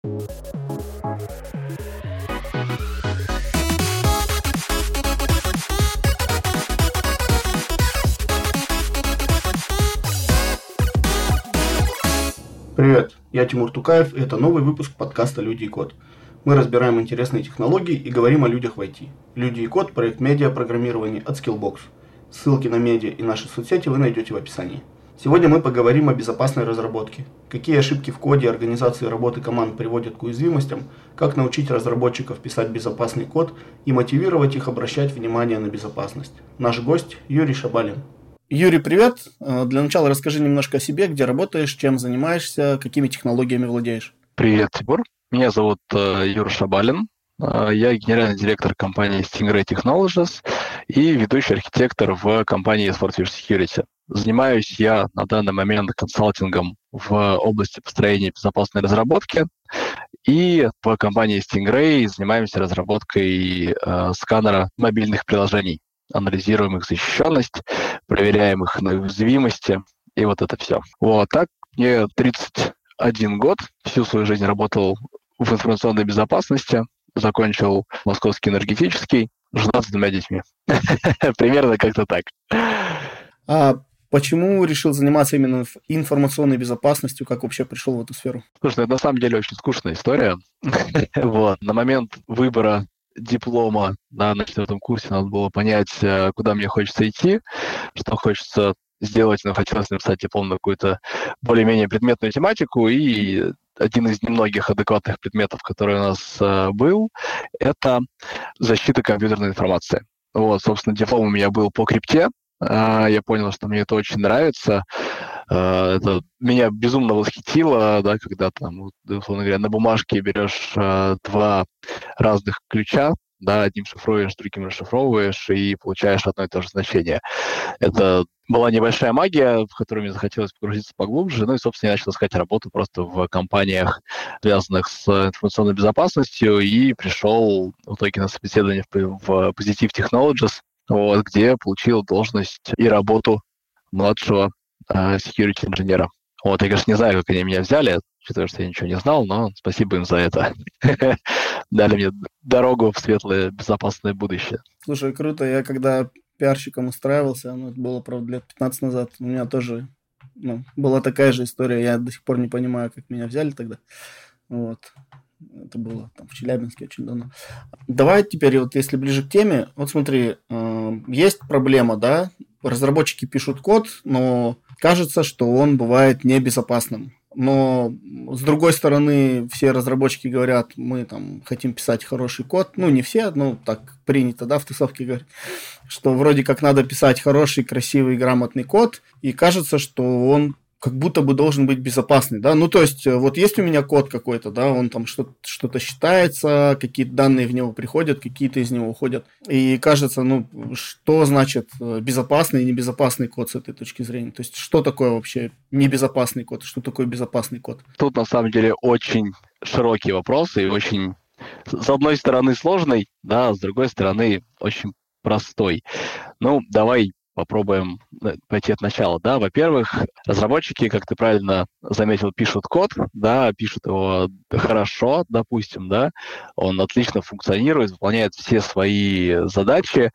Привет, я Тимур Тукаев, и это новый выпуск подкаста «Люди и код». Мы разбираем интересные технологии и говорим о людях в IT. «Люди и код» – проект медиа-программирования от Skillbox. Ссылки на медиа и наши соцсети вы найдете в описании. Сегодня мы поговорим о безопасной разработке. Какие ошибки в коде и организации работы команд приводят к уязвимостям, как научить разработчиков писать безопасный код и мотивировать их обращать внимание на безопасность. Наш гость – Юрий Шабалин. Юрий, привет. Для начала расскажи немножко о себе, где работаешь, чем занимаешься, какими технологиями владеешь. Привет, Тимур. Меня зовут Юра Шабалин. Я генеральный директор компании Stingray Technologies и ведущий архитектор в компании Swordfish Security. Занимаюсь я на данный момент консалтингом в области построения безопасной разработки. И в компании Stingray занимаемся разработкой сканера мобильных приложений. Анализируем их защищенность, проверяем их на уязвимости, и вот это все. Вот так, мне 31 год, всю свою жизнь работал в информационной безопасности, закончил Московский энергетический, женат с 2 детьми. Примерно как-то так. А почему решил заниматься именно информационной безопасностью? Как вообще пришел в эту сферу? Слушай, это на самом деле очень скучная история. На момент выбора диплома на 4 курсе надо было понять, куда мне хочется идти, что хочется сделать, но хотелось написать диплом на какую-то более-менее предметную тематику, и один из немногих адекватных предметов, который у нас был, это защита компьютерной информации. Вот, собственно, диплом у меня был по крипте. Я понял, что мне это очень нравится. Это меня безумно восхитило, да, когда там, условно говоря, на бумажке берешь 2 разных ключа, да, одним шифруешь, другим расшифровываешь и получаешь одно и то же значение. Это была небольшая магия, в которую мне захотелось погрузиться поглубже, ну и, собственно, я начал искать работу просто в компаниях, связанных с информационной безопасностью, и пришел в итоге на собеседование в Positive Technologies, вот, где получил должность и работу младшего security инженера. Вот, я, конечно, не знаю, как они меня взяли, учитывая, что я ничего не знал, но спасибо им за это. Дали мне дорогу в светлое, безопасное будущее. Слушай, круто. Я когда пиарщиком устраивался, это было, правда, лет 15 назад, у меня тоже была такая же история. Я до сих пор не понимаю, как меня взяли тогда. Вот. Это было там в Челябинске очень давно. Давай теперь, вот если ближе к теме, вот смотри, есть проблема, да, разработчики пишут код, но кажется, что он бывает небезопасным. Но, с другой стороны, все разработчики говорят, мы там хотим писать хороший код. Ну, не все, но так принято, да, в тусовке говорить, что вроде как надо писать хороший, красивый, грамотный код, и кажется, что он как будто бы должен быть безопасный, да, ну, то есть, вот есть у меня код какой-то, да, он там что-то считается, какие-то данные в него приходят, какие-то из него уходят, и кажется, что значит безопасный и небезопасный код с этой точки зрения, то есть, что такое вообще небезопасный код, что такое безопасный код? Тут, на самом деле, очень широкий вопрос и очень, с одной стороны, сложный, да, а с другой стороны, очень простой. Давай попробуем пойти от начала. Да, во-первых, разработчики, как ты правильно заметил, пишут код, да, пишут его хорошо, допустим, да, он отлично функционирует, выполняет все свои задачи,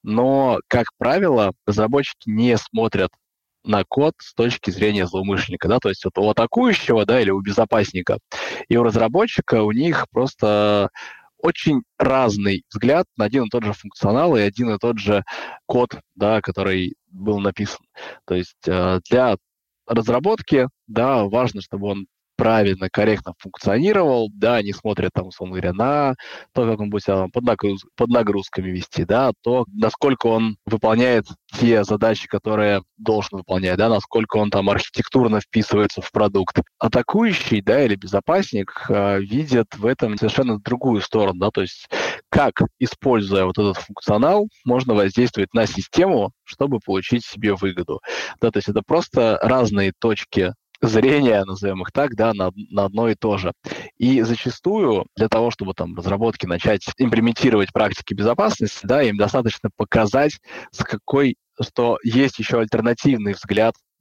но, как правило, разработчики не смотрят на код с точки зрения злоумышленника, да, то есть у атакующего, да, или у безопасника, и у разработчика у них просто очень разный взгляд на один и тот же функционал и один и тот же код, да, который был написан. То есть для разработки, да, важно, чтобы он правильно, корректно функционировал, да, они смотрят, там, условно говоря, на то, как он будет себя под нагрузками вести, да, то, насколько он выполняет те задачи, которые должен выполнять, да, насколько он там архитектурно вписывается в продукт. Атакующий, да, или безопасник видят в этом совершенно другую сторону, да, то есть как, используя вот этот функционал, можно воздействовать на систему, чтобы получить себе выгоду. Да, то есть это просто разные точки зрения, назовем их так, да, на одно и то же. И зачастую для того, чтобы там разработки начать имплементировать практики безопасности, да, им достаточно показать, что есть еще альтернативный взгляд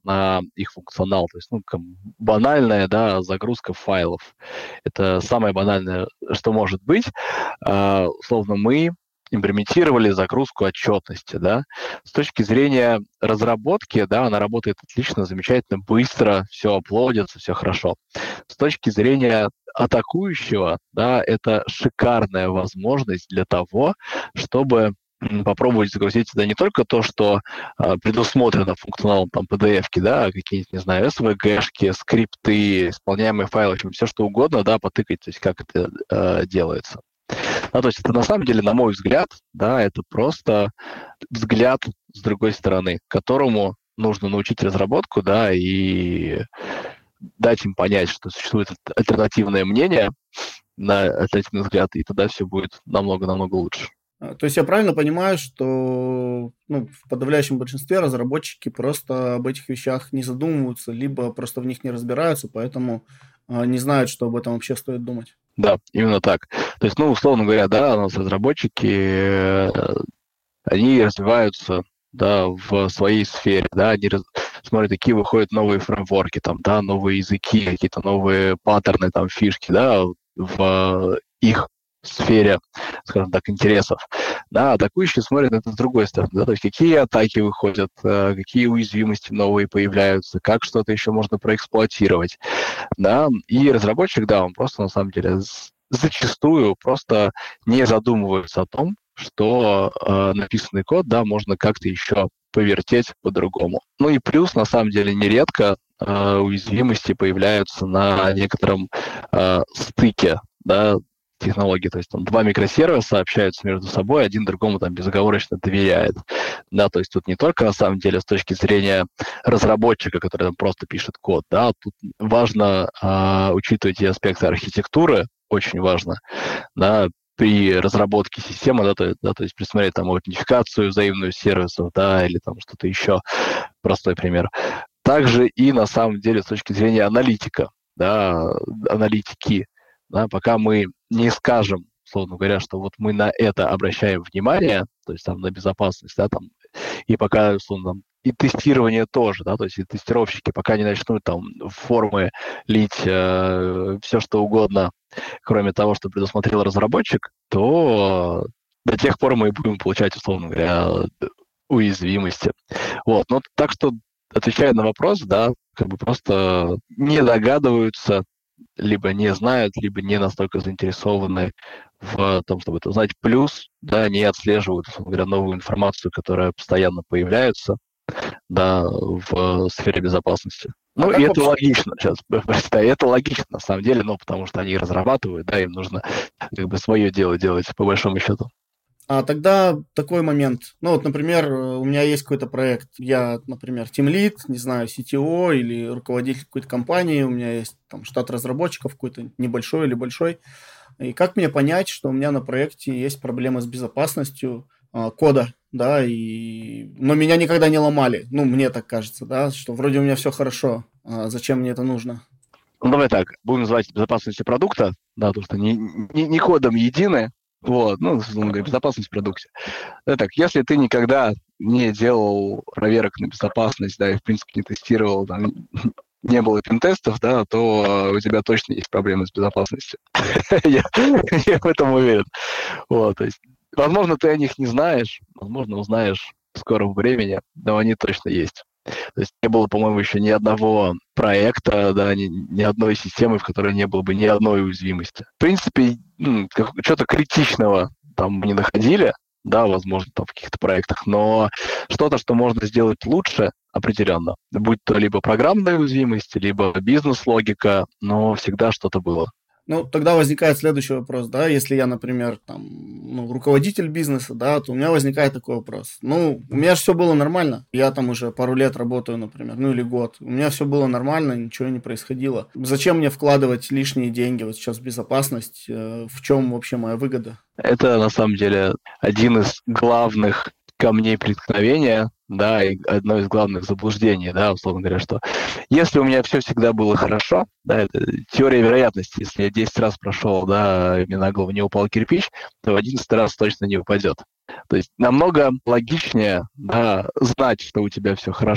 на их функционал. То есть, банальная, да, загрузка файлов. Это самое банальное, что может быть. Условно, мы имплементировали загрузку отчетности, да. С точки зрения разработки, да, она работает отлично, замечательно, быстро, все аплодится, все хорошо. С точки зрения атакующего, да, это шикарная возможность для того, чтобы попробовать загрузить туда не только то, что предусмотрено функционалом там PDF-ки, да, какие-нибудь, не знаю, SVG-шки, скрипты, исполняемые файлы, в общем, все что угодно, да, потыкать, то есть как это делается. То есть это на самом деле, на мой взгляд, да, это просто взгляд с другой стороны, которому нужно научить разработку, да, и дать им понять, что существует альтернативное мнение, на альтернативный взгляд, и тогда все будет намного-намного лучше. То есть я правильно понимаю, что в подавляющем большинстве разработчики просто об этих вещах не задумываются, либо просто в них не разбираются, поэтому не знают, что об этом вообще стоит думать? Да, именно так. То есть, условно говоря, да, у нас разработчики, они развиваются, да, в своей сфере, да, они смотрят, какие выходят новые фреймворки, там, да, новые языки, какие-то новые паттерны, там, фишки, да, в их сфере, скажем так, интересов. Да, атакующие смотрят на это с другой стороны, да, то есть какие атаки выходят, какие уязвимости новые появляются, как что-то еще можно проэксплуатировать, да, и разработчик, да, он просто, на самом деле, зачастую просто не задумывается о том, что написанный код, да, можно как-то еще повертеть по-другому. И плюс, на самом деле, нередко уязвимости появляются на некотором стыке, да, технологий, то есть там два микросервиса общаются между собой, один другому там безоговорочно доверяет. Да, то есть тут не только на самом деле с точки зрения разработчика, который там просто пишет код, да, тут важно учитывать и аспекты архитектуры, очень важно, да, при разработке системы, да, то есть присмотреть там аутентификацию взаимную сервисов, да, или там что-то еще, простой пример. Также и на самом деле с точки зрения аналитика, да, аналитики, да, пока мы не скажем, условно говоря, что вот мы на это обращаем внимание, то есть там на безопасность, да, там, и пока, условно, там, и тестирование тоже, да, то есть и тестировщики пока не начнут там в формы лить все, что угодно, кроме того, что предусмотрел разработчик, то до тех пор мы будем получать, условно говоря, уязвимости. Вот, так что, отвечая на вопрос, да, как бы просто не догадываются, либо не знают, либо не настолько заинтересованы в том, чтобы это знать. Плюс, да, не отслеживают, условно говоря, новую информацию, которая постоянно появляется, да, в сфере безопасности. И это логично сейчас. Да, это логично, на самом деле, потому что они разрабатывают, да, им нужно как бы свое дело делать, по большому счету. А тогда такой момент. Например, у меня есть какой-то проект. Я, например, тимлид, не знаю, CTO или руководитель какой-то компании. У меня есть там штат разработчиков какой-то небольшой или большой. И как мне понять, что у меня на проекте есть проблемы с безопасностью кода, да, но меня никогда не ломали. Мне так кажется, да, что вроде у меня все хорошо. Зачем мне это нужно? Давай так, будем называть безопасностью продукта, да, потому что не кодом едины. Вот, безопасность в продукте. Так, если ты никогда не делал проверок на безопасность, да, и, в принципе, не тестировал, там, не было пентестов, да, то у тебя точно есть проблемы с безопасностью. Я в этом уверен. Вот, то есть, возможно, ты о них не знаешь, возможно, узнаешь в скором времени, но они точно есть. То есть не было, по-моему, еще ни одного проекта, да, ни одной системы, в которой не было бы ни одной уязвимости. В принципе, что-то критичного там мы не находили, да, возможно, там в каких-то проектах, но что-то, что можно сделать лучше, определенно. Будь то либо программная уязвимость, либо бизнес-логика, но всегда что-то было. Тогда возникает следующий вопрос, да, если я, например, руководитель бизнеса, да, то у меня возникает такой вопрос. У меня же все было нормально, я там уже пару лет работаю, например, или год, у меня все было нормально, ничего не происходило. Зачем мне вкладывать лишние деньги вот сейчас в безопасность, в чем вообще моя выгода? Это, на самом деле, один из главных камней преткновения, да, и одно из главных заблуждений, да, условно говоря, что если у меня все всегда было хорошо, да, это теория вероятности, если я 10 раз прошел, да, и мне на голову не упал кирпич, то в 11 раз точно не упадет. То есть намного логичнее, да, знать, что у тебя все хорошо,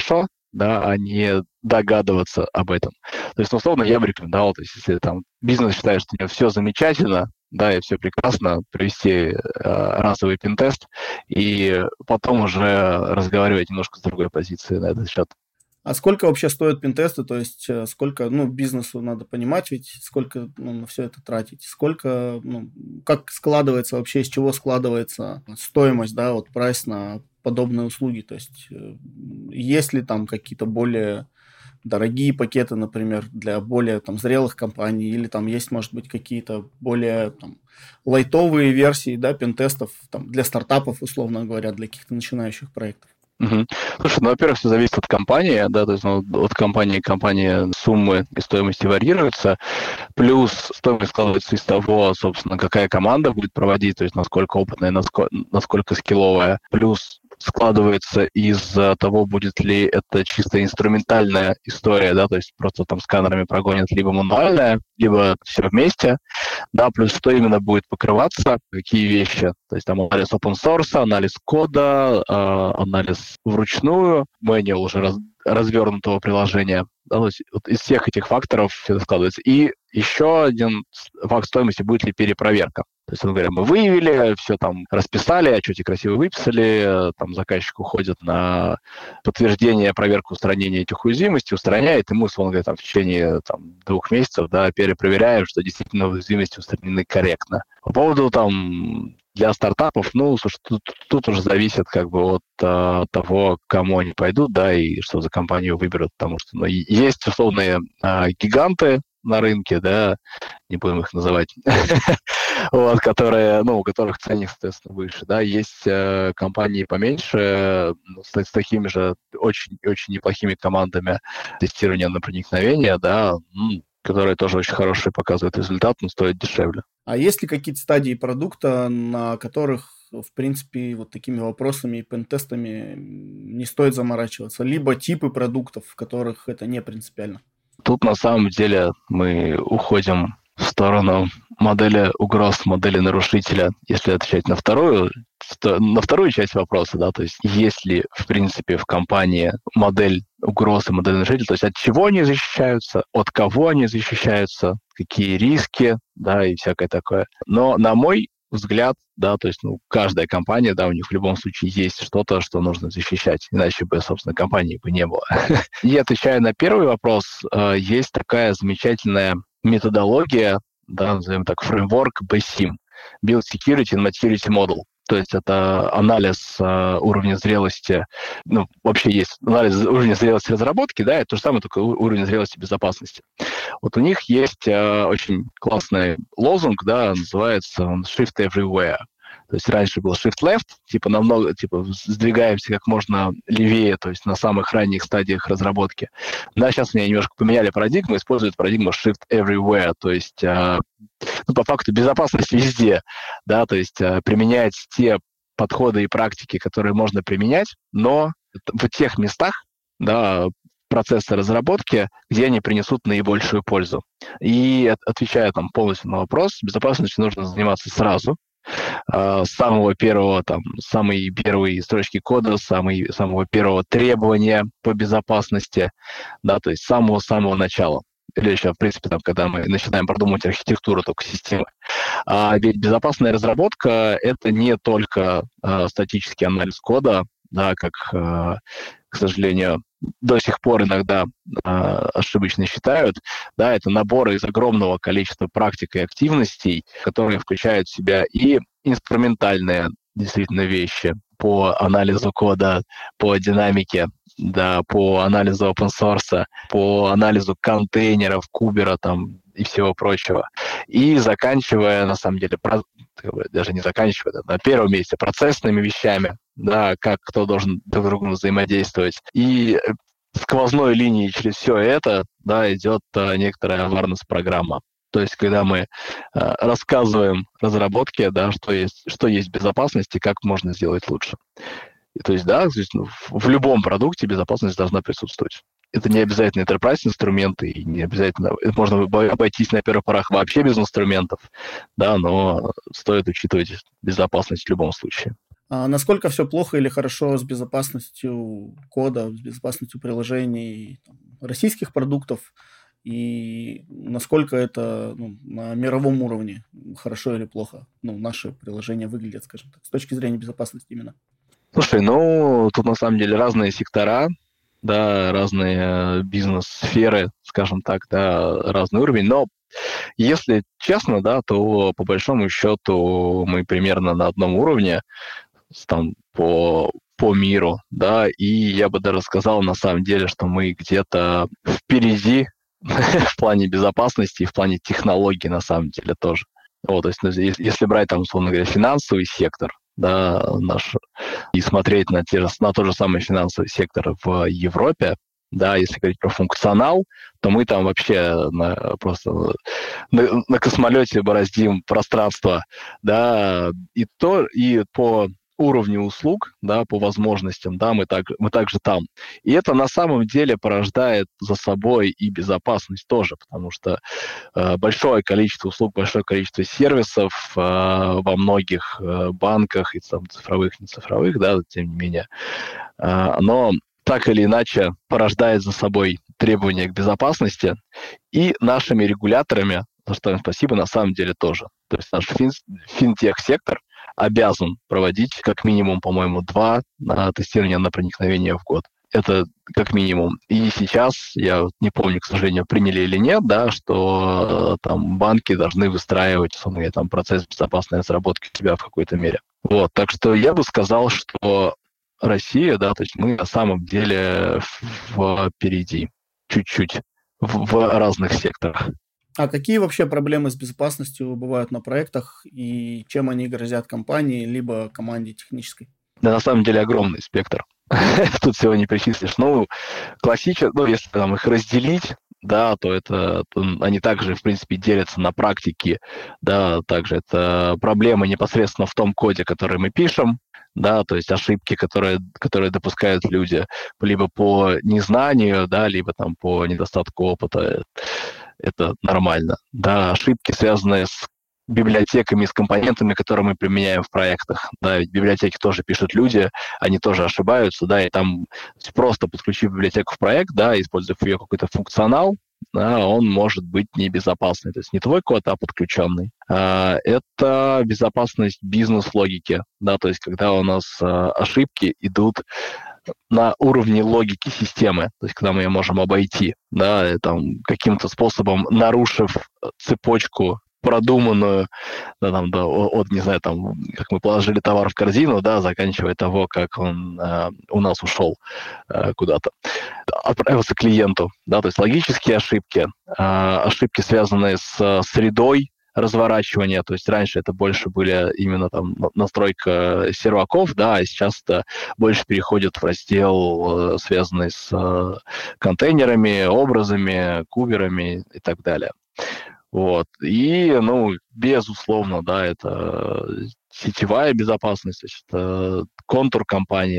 да, а не догадываться об этом. То есть, условно, я бы рекомендовал, то есть, если там бизнес считает, что у него все замечательно, да, и все прекрасно, провести разовый пентест и потом уже разговаривать немножко с другой позиции на этот счет. А сколько вообще стоят пентесты? То есть сколько, бизнесу надо понимать, ведь сколько на все это тратить? Сколько, как складывается вообще, из чего складывается стоимость, да, вот прайс на подобные услуги? То есть есть ли там какие-то более дорогие пакеты, например, для более там зрелых компаний, или там есть, может быть, какие-то более там лайтовые версии, да, пентестов там для стартапов, условно говоря, для каких-то начинающих проектов? Угу. Слушай, во-первых, все зависит от компании, да, то есть от компании к компании суммы и стоимости варьируются, плюс стоимость складывается из того, собственно, какая команда будет проводить, то есть насколько опытная, насколько скилловая, плюс складывается из того, будет ли это чисто инструментальная история, да, то есть просто там сканерами прогонят либо мануальная, либо все вместе, да, плюс что именно будет покрываться, какие вещи, то есть там анализ open source, анализ кода, анализ вручную, manual уже развернутого приложения, да, то есть вот из всех этих факторов все это складывается. И еще один факт стоимости, будет ли перепроверка. То есть, говоря, мы выявили, все там расписали, отчете красиво выписали, там заказчик уходит на подтверждение, проверку устранения этих уязвимостей, устраняет, и мы, условно говоря, там, в течение 2 месяцев, да, перепроверяем, что действительно уязвимости устранены корректно. По поводу там для стартапов, слушай, тут уже зависит как бы от того, к кому они пойдут, да, и что за компанию выберут, потому что есть условные гиганты на рынке, да, не будем их называть, вот, которые, у которых ценник, соответственно, выше, да, есть компании поменьше, с такими же очень неплохими командами тестирования на проникновение, да, которые тоже очень хорошие показывают результат, но стоят дешевле. А есть ли какие-то стадии продукта, на которых, в принципе, вот такими вопросами и пентестами не стоит заморачиваться? Либо типы продуктов, в которых это не принципиально? Тут на самом деле мы уходим в сторону модели угроз, модели нарушителя, если отвечать на вторую часть вопроса, да, то есть ли, в принципе, в компании модель угроз и модель нарушителя, то есть от чего они защищаются, от кого они защищаются, какие риски, да, и всякое такое. Но, на мой взгляд, да, то есть, каждая компания, да, у них в любом случае есть что-то, что нужно защищать, иначе бы, собственно, компании бы не было. И отвечая на первый вопрос, есть такая замечательная методология, да, назовем так, фреймворк BSIM, Build Security and Maturity Model. То есть это анализ уровня зрелости, вообще есть анализ уровня зрелости разработки, да, это то же самое, только уровень зрелости безопасности. Вот у них есть очень классный лозунг, да, называется он Shift Everywhere. То есть раньше был Shift Left, сдвигаемся как можно левее, то есть на самых ранних стадиях разработки. Да, сейчас они немножко поменяли парадигму, используют парадигму Shift Everywhere, то есть по факту безопасность везде, да, то есть применять те подходы и практики, которые можно применять, но в тех местах, да, процесса разработки, где они принесут наибольшую пользу. И отвечая полностью на вопрос, безопасностью нужно заниматься сразу, с самой первой строчки кода, самого первого требования по безопасности, да, то есть с самого начала. Или еще, в принципе, когда мы начинаем продумывать архитектуру только системы. Ведь безопасная разработка — это не только статический анализ кода, да, как, к сожалению, до сих пор иногда ошибочно считают, да, это набор из огромного количества практик и активностей, которые включают в себя и инструментальные действительно вещи по анализу кода, по динамике, да, по анализу open source, по анализу контейнеров, кубера и всего прочего. И заканчивая, на самом деле, даже не заканчивая, на первом месте процессными вещами, да, как кто должен друг с другом взаимодействовать. И сквозной линией через все это, да, идет некоторая awareness-программа. То есть, когда мы рассказываем разработке, да, что есть безопасность и как можно сделать лучше. То есть, да, в любом продукте безопасность должна присутствовать. Это не обязательно enterprise инструменты, и не обязательно, можно обойтись на первых порах вообще без инструментов, да, но стоит учитывать безопасность в любом случае. А насколько все плохо или хорошо с безопасностью кода, с безопасностью приложений там, российских продуктов, и насколько это на мировом уровне хорошо или плохо, наши приложения выглядят, скажем так, с точки зрения безопасности именно? Слушай, ну, тут на самом деле разные сектора, да, разные бизнес-сферы, скажем так, да, разный уровень, но если честно, да, то по большому счету мы примерно на одном уровне там по миру, да, и я бы даже сказал на самом деле, что мы где-то впереди в плане безопасности и в плане технологий на самом деле тоже. Вот, то есть если брать там, условно говоря, финансовый сектор, да, наш, и смотреть на тот же самый финансовый сектор в Европе, да, если говорить про функционал, то мы там вообще просто на космолете бороздим пространство, да, и по уровню услуг, да, по возможностям, да, мы также там. И это на самом деле порождает за собой и безопасность тоже, потому что большое количество услуг, большое количество сервисов во многих банках, и там цифровых, не цифровых, да, тем не менее, оно так или иначе порождает за собой требования к безопасности, и нашими регуляторами, за что им спасибо, на самом деле тоже. То есть наш финтех-сектор обязан проводить как минимум, по-моему, 2 тестирования на проникновение в год. Это как минимум. И сейчас, я не помню, к сожалению, приняли или нет, да, что там банки должны выстраивать, там, процесс безопасной разработки у себя в какой-то мере. Вот, так что я бы сказал, что Россия, да, то есть мы на самом деле впереди чуть-чуть в разных секторах. А какие вообще проблемы с безопасностью бывают на проектах и чем они грозят компании либо команде технической? Да, на самом деле огромный спектр. Тут всего не перечислишь. Если там их разделить, да, то они также, в принципе, делятся на практике, да, также это проблемы непосредственно в том коде, который мы пишем, да, то есть ошибки, которые допускают люди, либо по незнанию, да, либо там по недостатку опыта. Это нормально. Да, ошибки, связанные с библиотеками, с компонентами, которые мы применяем в проектах. Да, ведь библиотеки тоже пишут люди, они тоже ошибаются, да, и там просто подключив библиотеку в проект, да, используя ее какой-то функционал, да, он может быть небезопасный. То есть не твой код, а подключенный. Это безопасность бизнес-логики, да, то есть когда у нас ошибки идут на уровне логики системы, то есть когда мы ее можем обойти, да, там, каким-то способом нарушив цепочку продуманную, да, там, да, не знаю, там, как мы положили товар в корзину, да, заканчивая того, как он у нас ушел куда-то, отправился к клиенту, да, то есть логические ошибки, ошибки, связанные с средой разворачивания, то есть раньше это больше были именно там настройка серваков, да, а сейчас это больше переходит в раздел, связанный с контейнерами, образами, куберами и так далее. Вот. И, безусловно, да, это сетевая безопасность, то есть это контур компании,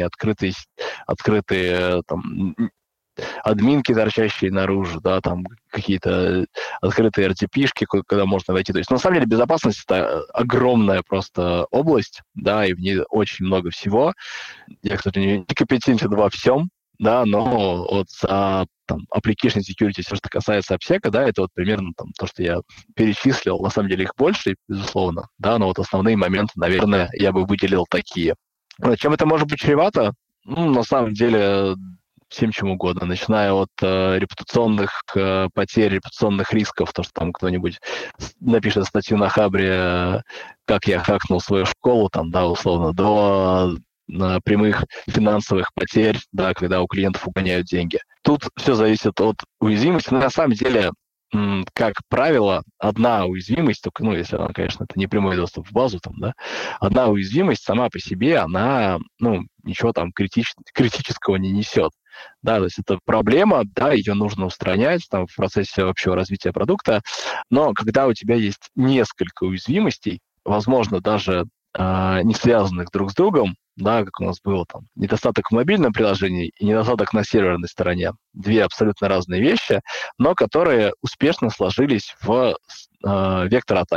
открытые там админки, торчащие наружу, да, там какие-то открытые RTP-шки, куда можно войти. То есть, на самом деле, безопасность — это огромная просто область, да, и в ней очень много всего. Я, кстати, не компетентен во всем, да, но вот за application security, все, что касается обсека, да, это вот примерно там то, что я перечислил. На самом деле их больше, безусловно, да, но вот основные моменты, наверное, я бы выделил такие. Чем это может быть чревато? На самом деле, всем чем угодно, начиная от репутационных потерь, репутационных рисков, то, что там кто-нибудь напишет статью на Хабре, как я хакнул свою школу, там, да, условно, до прямых финансовых потерь, да, когда у клиентов угоняют деньги. Тут все зависит от уязвимости. Но на самом деле, как правило, одна уязвимость, только, если она, конечно, это не прямой доступ в базу, там, да, одна уязвимость сама по себе, она, ничего там критического не несет. Да, то есть это проблема, да, ее нужно устранять там, в процессе общего развития продукта, но когда у тебя есть несколько уязвимостей, возможно, даже не связанных друг с другом, да, как у нас было там, недостаток в мобильном приложении и недостаток на серверной стороне, две абсолютно разные вещи, но которые успешно сложились в вектор атаки.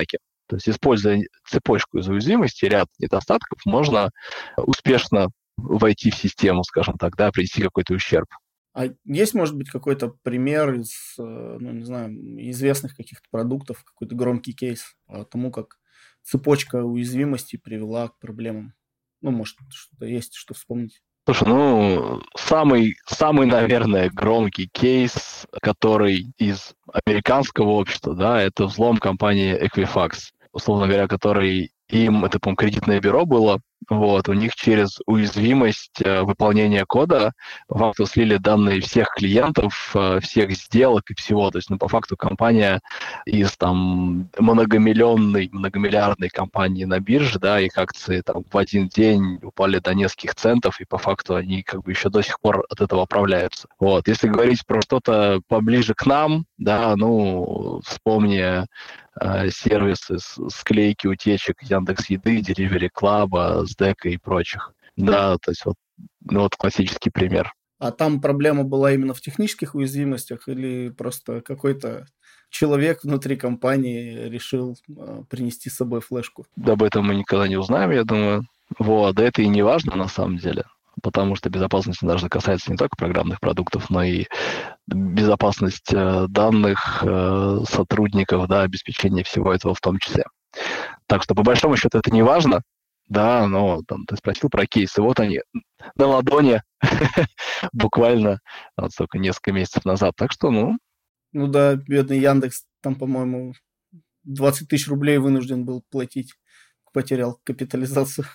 То есть, используя цепочку из уязвимостей, ряд недостатков, можно успешно войти в систему, скажем так, да, принести какой-то ущерб. А есть, может быть, какой-то пример из, не знаю, известных каких-то продуктов, какой-то громкий кейс по тому, как цепочка уязвимостей привела к проблемам? Может, что-то есть, что вспомнить? Слушай, самый, наверное, громкий кейс, который из американского общества, да, это взлом компании Equifax, условно говоря, который это, по-моему, кредитное бюро было, у них через уязвимость выполнения кода по факту слили данные всех клиентов, всех сделок и всего. То есть, по факту компания из многомиллиардной компании на бирже, да, их акции в один день упали до нескольких центов, и по факту они еще до сих пор от этого оправляются. Если говорить про что-то поближе к нам, да, вспомни сервисы склейки утечек Яндекс.Еды, Delivery Club, Сдэка и прочих. Да, то есть классический пример. А там проблема была именно в технических уязвимостях или просто какой-то человек внутри компании решил принести с собой флешку? Да, об этом мы никогда не узнаем, я думаю. Да это и не важно на самом деле, потому что безопасность должна касаться не только программных продуктов, но и безопасность данных сотрудников, да, обеспечение всего этого в том числе. Так что, по большому счету, это не важно, да, но ты спросил про кейсы, они на ладони буквально только несколько месяцев назад. Так что, Ну да, бедный Яндекс, по-моему, 20 тысяч рублей вынужден был платить, потерял капитализацию.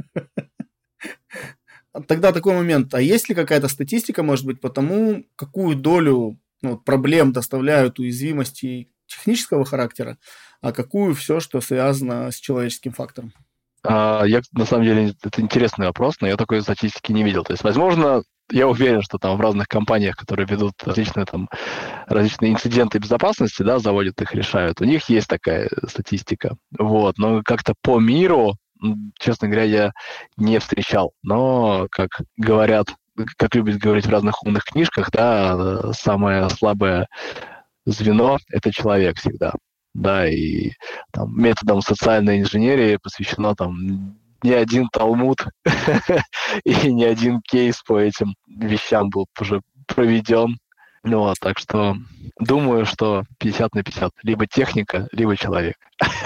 Тогда такой момент. А есть ли какая-то статистика, может быть, по тому, какую долю проблем доставляют уязвимости технического характера, а какую все, что связано с человеческим фактором? На самом деле, это интересный вопрос, но я такой статистики не видел. То есть, возможно, я уверен, что в разных компаниях, которые ведут различные инциденты безопасности, да, заводят их, решают, у них есть такая статистика. Но как-то по миру, честно говоря, я не встречал. Но, как говорят, как любят говорить в разных умных книжках, да, самое слабое звено – это человек всегда. Да, и методом социальной инженерии посвящено не один талмуд и не один кейс по этим вещам был уже проведен. Так что думаю, что 50 на 50. Либо техника, либо человек.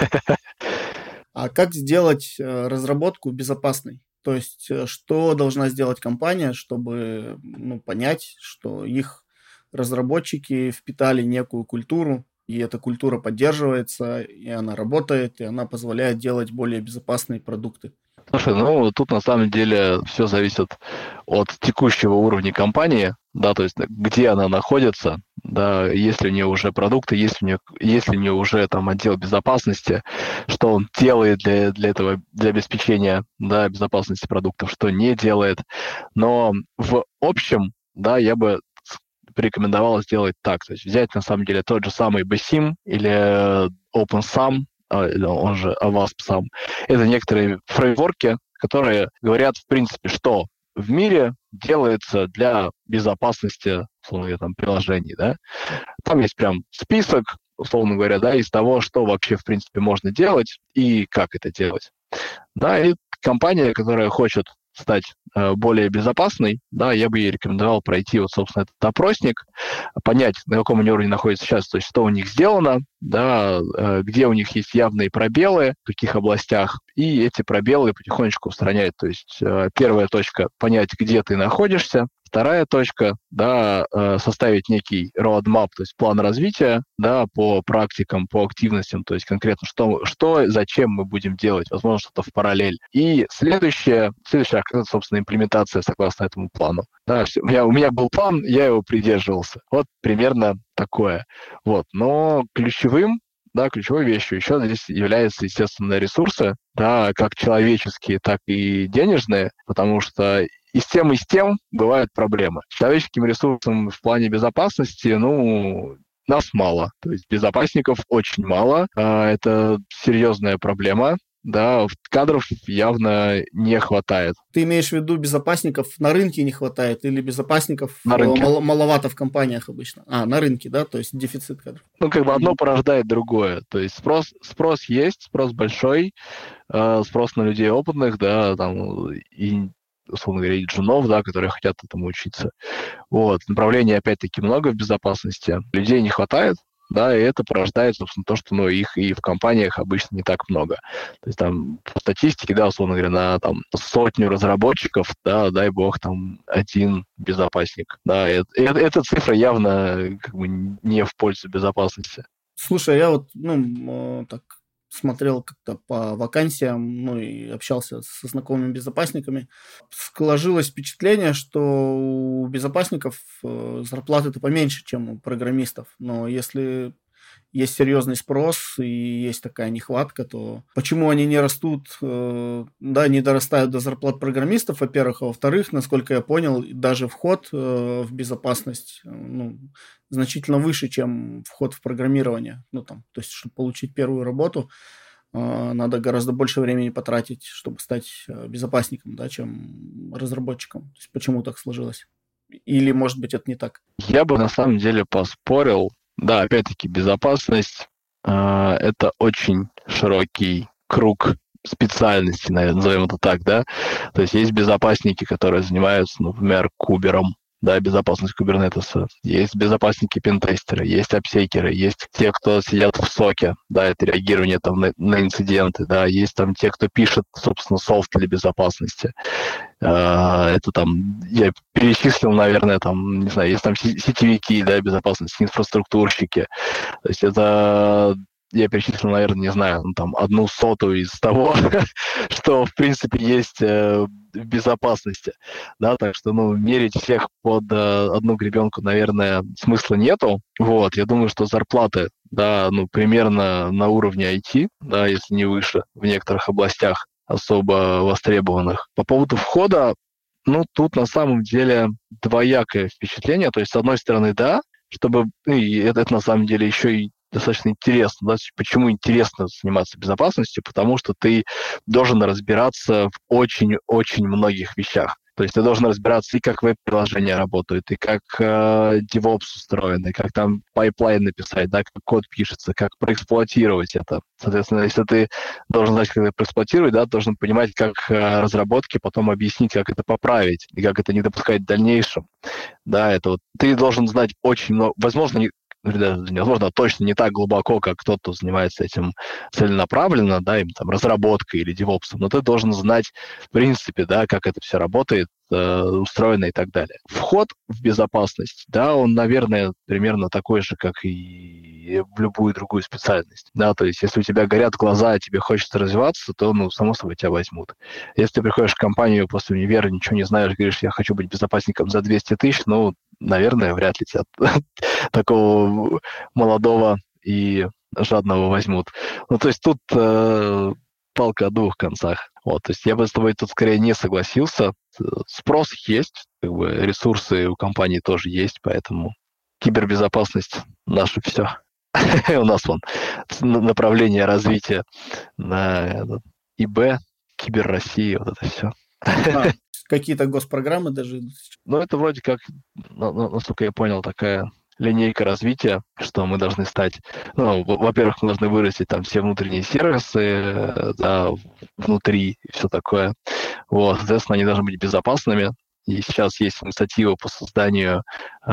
А как сделать разработку безопасной? То есть, что должна сделать компания, чтобы понять, что их разработчики впитали некую культуру, и эта культура поддерживается, и она работает, и она позволяет делать более безопасные продукты? Слушай, тут на самом деле все зависит от текущего уровня компании, да, то есть где она находится, да, есть ли у нее уже продукты, есть ли у нее уже отдел безопасности, что он делает для этого, для обеспечения, да, безопасности продуктов, что не делает. Но в общем, да, я бы порекомендовал сделать так, то есть взять на самом деле тот же самый BSIMM или OpenSUM, он же Avast сам, это некоторые фреймворки, которые говорят, в принципе, что в мире делается для безопасности, условно говоря, приложений, да. Там есть прям список, условно говоря, да, из того, что вообще, в принципе, можно делать и как это делать. Да, и компания, которая хочет стать более безопасной, да, я бы ей рекомендовал пройти собственно, этот опросник, понять, на каком они уровне находятся сейчас, то есть что у них сделано, да, где у них есть явные пробелы, в каких областях, и эти пробелы потихонечку устранять. То есть первая точка – понять, где ты находишься. Вторая точка, да, составить некий roadmap, то есть план развития, да, по практикам, по активностям, то есть конкретно что, зачем мы будем делать, возможно, что-то в параллель. И следующая, собственно, имплементация согласно этому плану. Да, у меня был план, я его придерживался. Примерно такое. Но ключевой вещью еще здесь являются, естественно, ресурсы, да, как человеческие, так и денежные, потому что и с тем бывают проблемы. С человеческим ресурсом в плане безопасности, нас мало. То есть безопасников очень мало. Это серьезная проблема. да, кадров явно не хватает. Ты имеешь в виду безопасников на рынке не хватает или безопасников На рынке. маловато в компаниях обычно? На рынке, да, то есть дефицит кадров. Ну, как бы одно порождает другое. То есть спрос есть, спрос большой, спрос на людей опытных, да, там, и, условно говоря, и джунов, да, которые хотят этому учиться. Вот. Направлений, опять-таки, много в безопасности. Людей не хватает, да, и это порождает, собственно, то, что, ну, их и в компаниях обычно не так много. То есть там по статистике, да, условно говоря, на там 100 разработчиков, да, дай бог, там один безопасник. Да, эта цифра явно как бы не в пользу безопасности. Слушай, я вот, так смотрел как-то по вакансиям, ну и общался со знакомыми безопасниками. Сложилось впечатление, что у безопасников зарплаты-то поменьше, чем у программистов. Но если есть серьезный спрос и есть такая нехватка, то почему они не растут, да, не дорастают до зарплат программистов, во-первых, а во-вторых, насколько я понял, даже вход в безопасность, значительно выше, чем вход в программирование. То есть, чтобы получить первую работу, надо гораздо больше времени потратить, чтобы стать безопасником, да, чем разработчиком. То есть, почему так сложилось? Или, может быть, это не так? Я бы на самом деле поспорил. Да, опять-таки, безопасность это очень широкий круг специальностей, наверное, назовем это так, да. То есть есть безопасники, которые занимаются, например, кубером, да, безопасность кубернетеса. Есть безопасники-пентестеры, есть обсекеры, есть те, кто сидят в соке, да, это реагирование там на инциденты, да, есть там те, кто пишет, собственно, софт для безопасности. Это там, я перечислил, наверное, там, не знаю, есть там сетевики, да, безопасности, инфраструктурщики. То есть это я перечислил, наверное, не знаю, там, 1/100 из того, что, в принципе, есть в безопасности. Да, так что, мерить всех под одну гребенку, наверное, смысла нету. Вот, я думаю, что зарплаты, да, примерно на уровне IT, да, если не выше, в некоторых областях особо востребованных. По поводу входа, тут на самом деле двоякое впечатление. То есть, с одной стороны, да, чтобы, и это на самом деле еще и достаточно интересно. Да? Почему интересно заниматься безопасностью? Потому что ты должен разбираться в очень-очень многих вещах. То есть ты должен разбираться и как веб-приложения работают, и как DevOps устроен, и как там пайплайн написать, да, как код пишется, как проэксплуатировать это. Соответственно, если ты должен знать, как это проэксплуатировать, да, должен понимать, как разработки потом объяснить, как это поправить, и как это не допускать в дальнейшем. Да, это вот ты должен знать очень много, возможно, невозможно, точно не так глубоко, как тот, кто занимается этим целенаправленно, да, им там разработкой или девопсом, но ты должен знать, в принципе, да, как это все работает, устроено и так далее. Вход в безопасность, да, он, наверное, примерно такой же, как и в любую другую специальность, да, то есть если у тебя горят глаза, и тебе хочется развиваться, то, само собой, тебя возьмут. Если ты приходишь в компанию после универа, ничего не знаешь, говоришь, я хочу быть безопасником за 200 тысяч, наверное, вряд ли тебя такого молодого и жадного возьмут. То есть тут палка о двух концах. Вот, то есть я бы с тобой тут скорее не согласился. Спрос есть, как бы ресурсы у компании тоже есть, поэтому кибербезопасность наше все. У нас направление развития на ИБ, Кибер России, вот это все. Какие-то госпрограммы даже идут? Это вроде как, насколько я понял, такая линейка развития, что мы должны стать, во-первых, мы должны вырастить там все внутренние сервисы, да, внутри и все такое. Вот, соответственно, они должны быть безопасными. И сейчас есть инициатива по созданию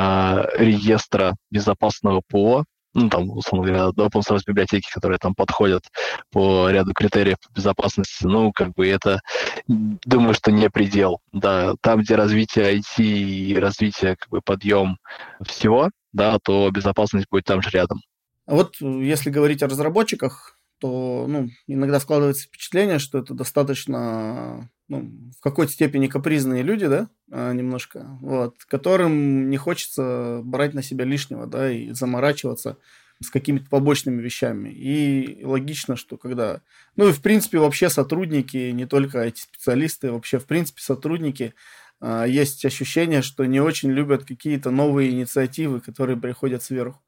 реестра безопасного ПО, условно говоря, open source библиотеки, которые там подходят по ряду критериев безопасности, это, думаю, что не предел. Да, там, где развитие IT и развитие, подъем всего, да, то безопасность будет там же рядом. А вот если говорить о разработчиках, то иногда складывается впечатление, что это достаточно в какой-то степени капризные люди, да, немножко, вот, которым не хочется брать на себя лишнего, да, и заморачиваться с какими-то побочными вещами. И логично, что когда... и в принципе вообще сотрудники, не только эти специалисты, вообще в принципе сотрудники, есть ощущение, что не очень любят какие-то новые инициативы, которые приходят сверху.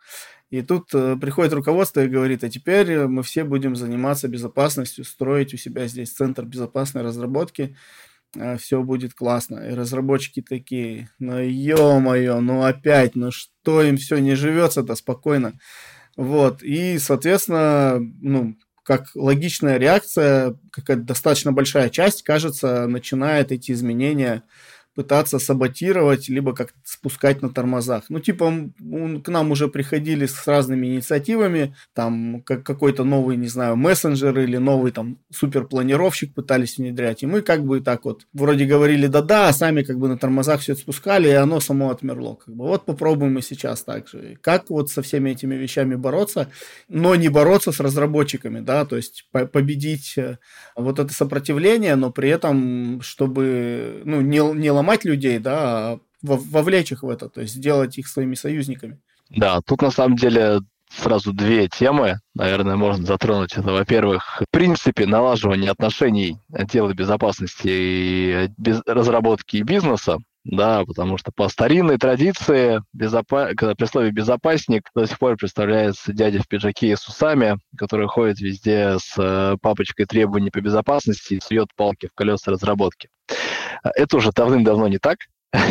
И тут приходит руководство и говорит, а теперь мы все будем заниматься безопасностью, строить у себя здесь центр безопасной разработки, все будет классно. И разработчики такие, ну ё-моё, ну опять, ну что им все не живется-то спокойно. Вот, и, соответственно, ну, как логичная реакция, какая-то достаточно большая часть, кажется, начинает эти изменения пытаться саботировать, либо как-то спускать на тормозах. Ну, типа, к нам уже приходили с разными инициативами, там, какой-то новый, не знаю, мессенджер или новый, там, суперпланировщик пытались внедрять, и мы как бы так вот вроде говорили да-да, а сами как бы на тормозах все это спускали, и оно само отмерло. Как бы. Вот попробуем и сейчас так же. Как вот со всеми этими вещами бороться, но не бороться с разработчиками, да, то есть победить вот это сопротивление, но при этом, чтобы, ну, не ломать людей, да, а вовлечь их в это, то есть сделать их своими союзниками. Да, тут на самом деле сразу две темы, наверное, можно затронуть. Это, во-первых, в принципе, налаживание отношений отдела безопасности и разработки и бизнеса, да, потому что по старинной традиции, когда при слове «безопасник» до сих пор представляется дядя в пиджаке и с усами, который ходит везде с папочкой требований по безопасности и сует палки в колеса разработки. Это уже давным-давно не так.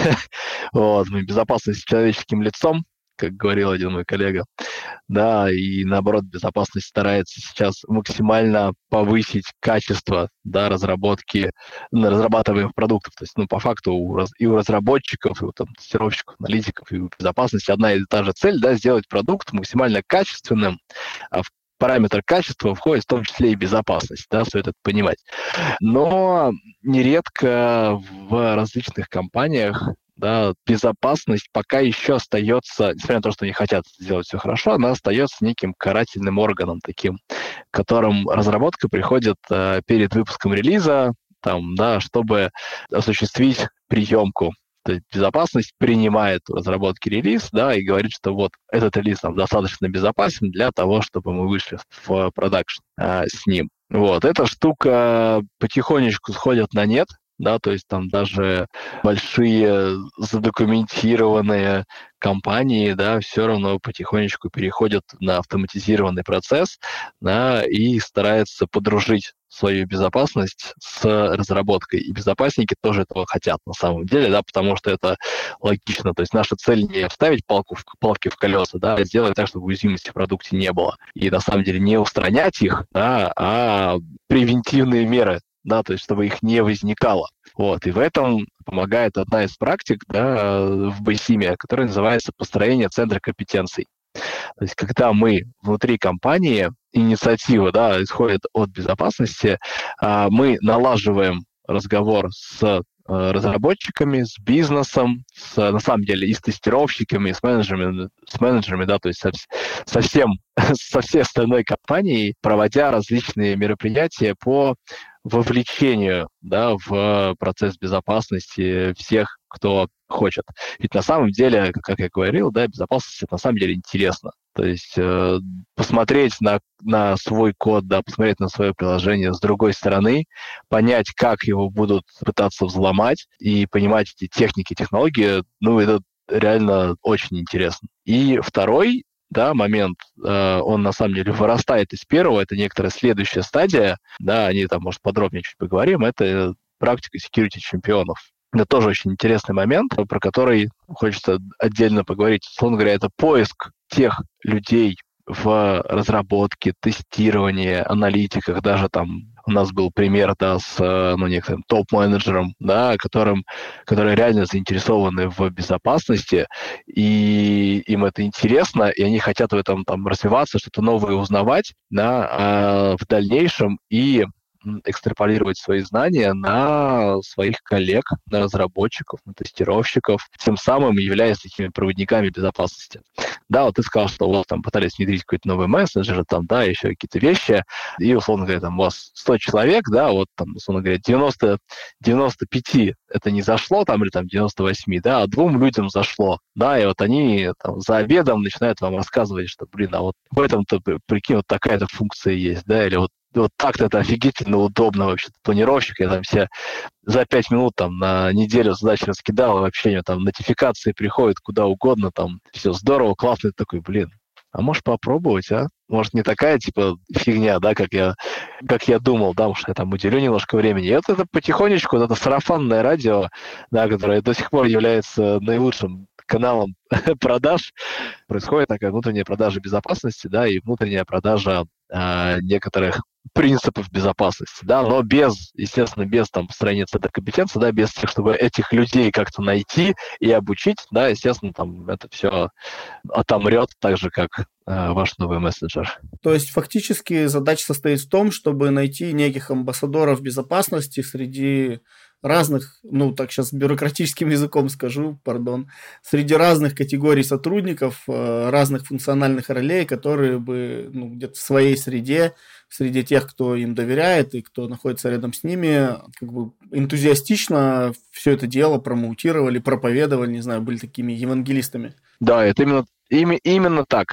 Вот, мы безопасность с человеческим лицом, как говорил один мой коллега. Да, и наоборот, безопасность старается сейчас максимально повысить качество, да, разработки, разрабатываемых продуктов. То есть, ну, по факту и у разработчиков, и у там, тестировщиков, аналитиков, и у безопасности одна и та же цель, да, сделать продукт максимально качественным, а в параметр качества входит в том числе и безопасность, да, стоит это понимать. Но нередко в различных компаниях, да, безопасность пока еще остается, несмотря на то, что они хотят сделать все хорошо, она остается неким карательным органом таким, к которым разработка приходит перед выпуском релиза, там, да, чтобы осуществить приемку. То есть безопасность принимает у разработки релиз, да, и говорит, что вот этот релиз нам достаточно безопасен для того, чтобы мы вышли в продакшн с ним. Вот, эта штука потихонечку сходит на нет, да, то есть там даже большие задокументированные компании, да, все равно потихонечку переходят на автоматизированный процесс, да, и стараются подружить свою безопасность с разработкой. И безопасники тоже этого хотят на самом деле, да, потому что это логично. То есть наша цель не вставить палки в колеса, да, а сделать так, чтобы уязвимости в продукте не было. И на самом деле не устранять их, да, а превентивные меры, да, то есть чтобы их не возникало. Вот, и в этом помогает одна из практик, да, в BSIME, которая называется построение центра компетенций. То есть когда мы внутри компании, инициатива, да, исходит от безопасности, мы налаживаем разговор с разработчиками, с бизнесом, на самом деле и с тестировщиками, и с менеджерами, да, то есть со всей остальной компанией, проводя различные мероприятия по вовлечению, да, в процесс безопасности всех, кто хочет. Ведь на самом деле, как я говорил, да, безопасность это на самом деле интересно. То есть посмотреть на свой код, да, посмотреть на свое приложение с другой стороны, понять, как его будут пытаться взломать, и понимать эти техники, технологии, ну, это реально очень интересно. И второй, да, момент, он на самом деле вырастает из первого, это некоторая следующая стадия, да, о ней там, может, подробнее чуть поговорим, это практика security чемпионов. Это тоже очень интересный момент, про который хочется отдельно поговорить. Условно говоря, это поиск тех людей в разработке, тестировании, аналитиках, даже там у нас был пример, да, с некоторым топ-менеджером, да, которые реально заинтересованы в безопасности, и им это интересно, и они хотят в этом там развиваться, что-то новое узнавать, да, а в дальнейшем и экстраполировать свои знания на своих коллег, на разработчиков, на тестировщиков, тем самым являясь такими проводниками безопасности. Да, вот ты сказал, что у вас там пытались внедрить какой-то новый мессенджер, там, да, еще какие-то вещи, и, условно говоря, там у вас 100 человек, да, вот там, условно говоря, 95 это не зашло, там, или там 98, да, а 2 людям зашло, да, и вот они там за обедом начинают вам рассказывать, что, блин, а вот в этом-то, прикинь, вот такая-то функция есть, да, или вот так-то это офигительно удобно вообще. Планировщик, я там все за 5 минут там на неделю задачи раскидал, и вообще там нотификации приходят куда угодно, там все здорово, классно. Ты такой, блин, а можешь попробовать, а? Может, не такая, типа, фигня, да, как я думал, да, что я там уделю немножко времени. И вот это потихонечку, вот это сарафанное радио, да, которое до сих пор является наилучшим каналом продаж, происходит такая внутренняя продажа безопасности, да, и внутренняя продажа некоторых принципов безопасности, да, но без, естественно, без там построения центра компетенции, да, без тех, чтобы этих людей как-то найти и обучить, да, естественно, там это все отомрет, так же, как ваш новый мессенджер. То есть фактически задача состоит в том, чтобы найти неких амбассадоров безопасности среди разных, ну так сейчас бюрократическим языком скажу, пардон, среди разных категорий сотрудников, разных функциональных ролей, которые бы ну, где-то в своей среде, среди тех, кто им доверяет и кто находится рядом с ними, как бы энтузиастично все это дело промоутировали, проповедовали, не знаю, были такими евангелистами. Да, это именно так.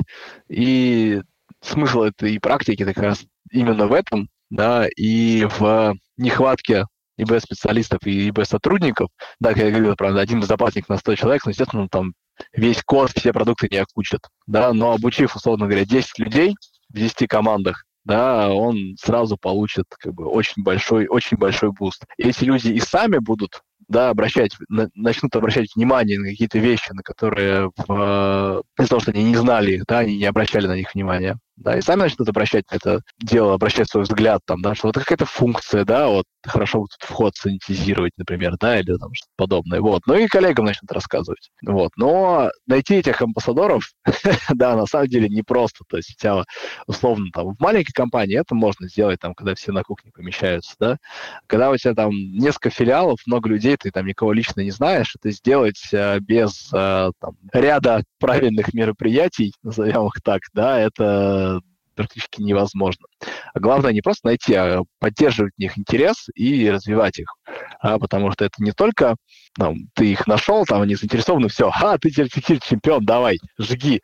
И смысл этой практики как раз именно в этом, да, и в нехватке ИБ-специалистов и ИБ-сотрудников. Да, как я говорил, правда, один безопасник на 100 человек, но, естественно, там весь код, все продукты не окучат. Да, но обучив, условно говоря, 10 людей в 10 командах, да, он сразу получит как бы очень большой буст. И эти люди и сами будут, да, начнут обращать внимание на какие-то вещи, на которые из-за того, что они не знали их, да, они не обращали на них внимания, да, и сами начнут обращать на это дело, обращать свой взгляд, там, да, что вот какая-то функция, да, вот хорошо вот вход санитизировать, например, да, или там что-то подобное, вот, ну и коллегам начнут рассказывать, вот, но найти этих амбассадоров, да, на самом деле непросто, то есть у тебя, условно, там, в маленькой компании это можно сделать, там, когда все на кухне помещаются, да, когда у тебя там несколько филиалов, много людей, ты там никого лично не знаешь, это сделать без там, ряда правильных мероприятий, назовем их так, да, это практически невозможно. А главное не просто найти, а поддерживать в них интерес и развивать их. Потому что это не только ты их нашел, там они заинтересованы, все, ты теперь чемпион, давай, жги.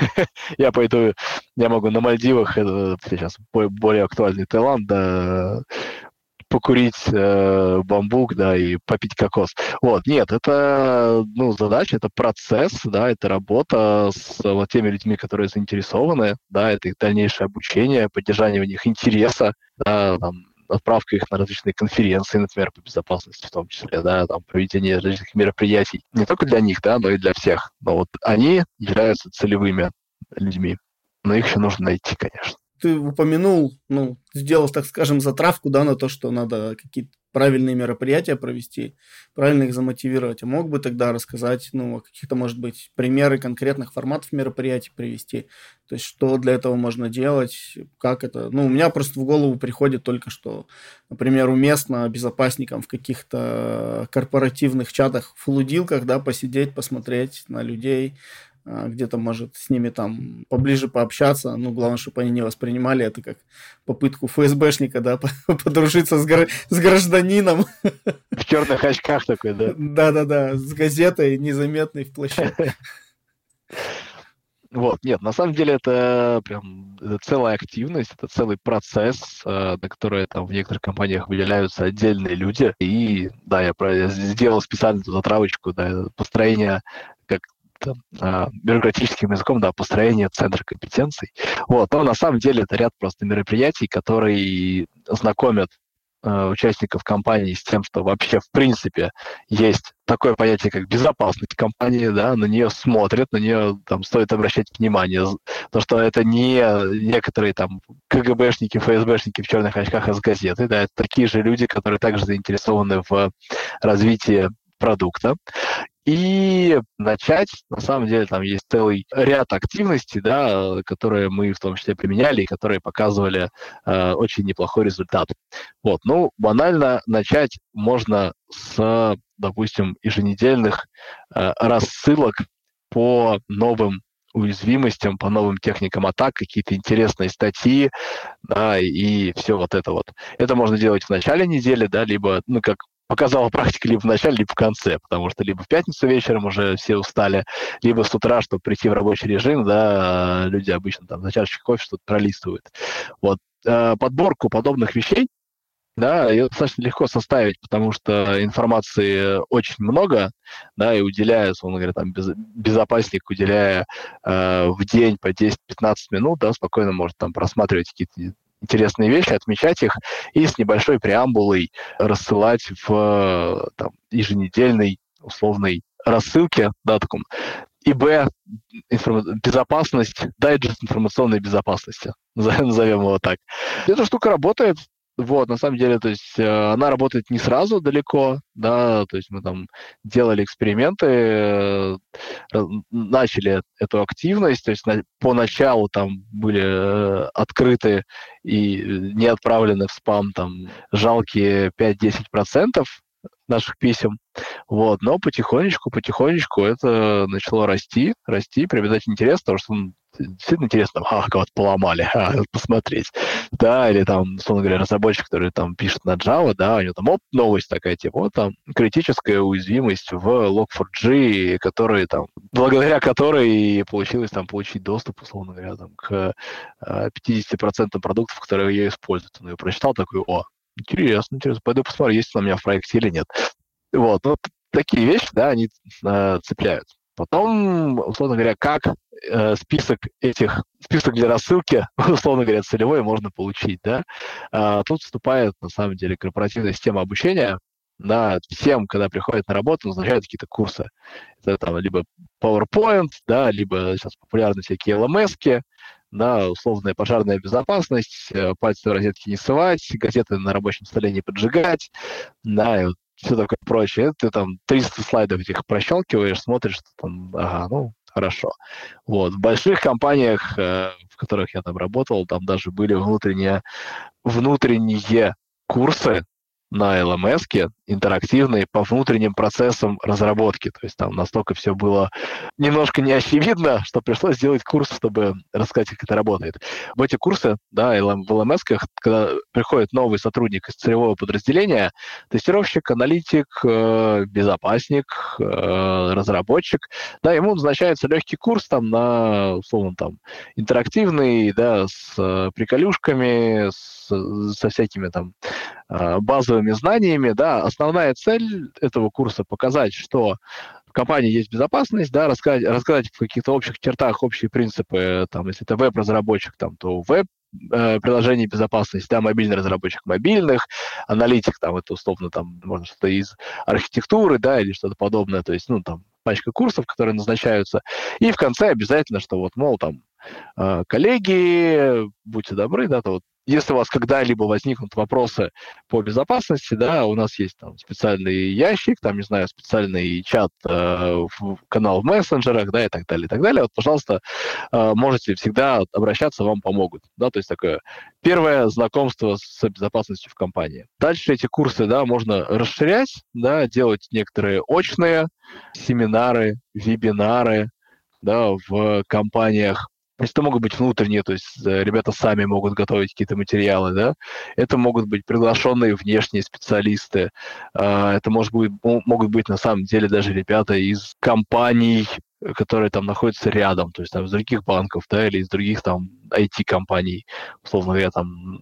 Я могу на Мальдивах, это сейчас более актуальный Таиланд, да, покурить бамбук, да, и попить кокос. Вот, нет, это, задача, это процесс, да, это работа с вот теми людьми, которые заинтересованы, да, это их дальнейшее обучение, поддержание у них интереса, да, там, отправка их на различные конференции, например, по безопасности в том числе, да, там, проведение различных мероприятий, не только для них, да, но и для всех. Но вот они являются целевыми людьми, но их еще нужно найти, конечно. Ты упомянул, сделал, так скажем, затравку, да, на то, что надо какие-то правильные мероприятия провести, правильно их замотивировать. А мог бы тогда рассказать, каких-то, может быть, примеры конкретных форматов мероприятий привести? То есть, что для этого можно делать, как это... у меня просто в голову приходит только что, например, уместно безопасникам в каких-то корпоративных чатах, флудилках, да, посидеть, посмотреть на людей, где-то, может, с ними там поближе пообщаться. Главное, чтобы они не воспринимали это как попытку ФСБшника, да, подружиться с гражданином. В черных очках такой, да? Да-да-да, с газетой, незаметной в плаще. Вот, нет, на самом деле это целая активность, это целый процесс, на который там в некоторых компаниях выделяются отдельные люди. И да, я сделал специально эту затравочку, да, построение бюрократическим языком, да, построение центра компетенций. Вот, но на самом деле это ряд просто мероприятий, которые знакомят участников компании с тем, что вообще в принципе есть такое понятие, как безопасность компании, да, на нее смотрят, на нее там стоит обращать внимание, то что это не некоторые там КГБшники, ФСБшники в черных очках из газеты, да, это такие же люди, которые также заинтересованы в развитии продукта. И начать, на самом деле, там есть целый ряд активностей, да, которые мы в том числе применяли и которые показывали очень неплохой результат. Вот, банально начать можно с, допустим, еженедельных рассылок по новым уязвимостям, по новым техникам атак, какие-то интересные статьи, да, и все вот это вот. Это можно делать в начале недели, да, либо, как показала практика, либо в начале, либо в конце, потому что либо в пятницу вечером уже все устали, либо с утра, чтобы прийти в рабочий режим, да, люди обычно там за чашечкой кофе что-то пролистывают. Вот. Подборку подобных вещей Да, ее достаточно легко составить, потому что информации очень много, да, и уделяя, условно говоря, там, безопасник, уделяя в день по 10-15 минут, да, спокойно может там просматривать какие-то интересные вещи, отмечать их и с небольшой преамбулой рассылать в там, еженедельной условной рассылке, да, таком ИБ, безопасность, дайджест информационной безопасности, назовем его так. Эта штука работает. Вот, на самом деле, то есть она работает не сразу далеко, да, то есть мы там делали эксперименты, начали эту активность, то есть поначалу там были открыты и не отправлены в спам там жалкие 5-10% наших писем, вот, но потихонечку это начало расти, приобретать интерес, потому что действительно интересно, кого-то поломали, посмотреть, да, или там, условно говоря, разработчик, который там пишет на Java, да, у него там новость такая, типа, вот там критическая уязвимость в Log4j, который там, благодаря которой получилось там получить доступ, условно говоря, там, к 50% продуктов, которые ее используют. Он ее прочитал, такой, интересно, пойду посмотрю, есть он у меня в проекте или нет. Вот, ну, такие вещи, да, они цепляют. Потом, условно говоря, как список для рассылки, условно говоря, целевой можно получить, да. Тут вступает, на самом деле, корпоративная система обучения, да, всем, когда приходят на работу, назначают какие-то курсы. Это там либо PowerPoint, да, либо сейчас популярны всякие LMS-ки, да, условная пожарная безопасность, пальцы в розетки не совать, газеты на рабочем столе не поджигать, да, и вот все такое прочее. Ты там 300 слайдов этих прощелкиваешь, смотришь, что там, хорошо. Вот. В больших компаниях, в которых я там работал, там даже были внутренние курсы на LMS-ке, интерактивные, по внутренним процессам разработки. То есть там настолько все было немножко неочевидно, что пришлось сделать курс, чтобы рассказать, как это работает. В эти курсы, да, в LMS-ках, когда приходит новый сотрудник из целевого подразделения, тестировщик, аналитик, безопасник, разработчик, да, ему назначается легкий курс там на, условно, там, интерактивный, да, с приколюшками, со всякими там базовыми знаниями, да, основная цель этого курса показать, что в компании есть безопасность, да, рассказать в каких-то общих чертах общие принципы, там, если это веб-разработчик, там, то веб приложений безопасности, да, мобильный разработчик мобильных, аналитик, там, это условно, там, можно что-то из архитектуры, да, или что-то подобное, то есть, ну, там, пачка курсов, которые назначаются, и в конце обязательно, что вот, мол, там, коллеги, будьте добры, да, то вот, если у вас когда-либо возникнут вопросы по безопасности, да, у нас есть там специальный ящик, там, не знаю, специальный чат, канал в мессенджерах, да, и так далее, и так далее. Вот, пожалуйста, можете всегда обращаться, вам помогут, да, то есть такое первое знакомство с безопасностью в компании. Дальше эти курсы, да, можно расширять, да, делать некоторые очные семинары, вебинары, да, в компаниях. Это могут быть внутренние, то есть ребята сами могут готовить какие-то материалы, да. Это могут быть приглашенные внешние специалисты. Это могут быть на самом деле даже ребята из компаний, которые там находятся рядом, то есть там из других банков, да, или из других там IT-компаний. Условно говоря, там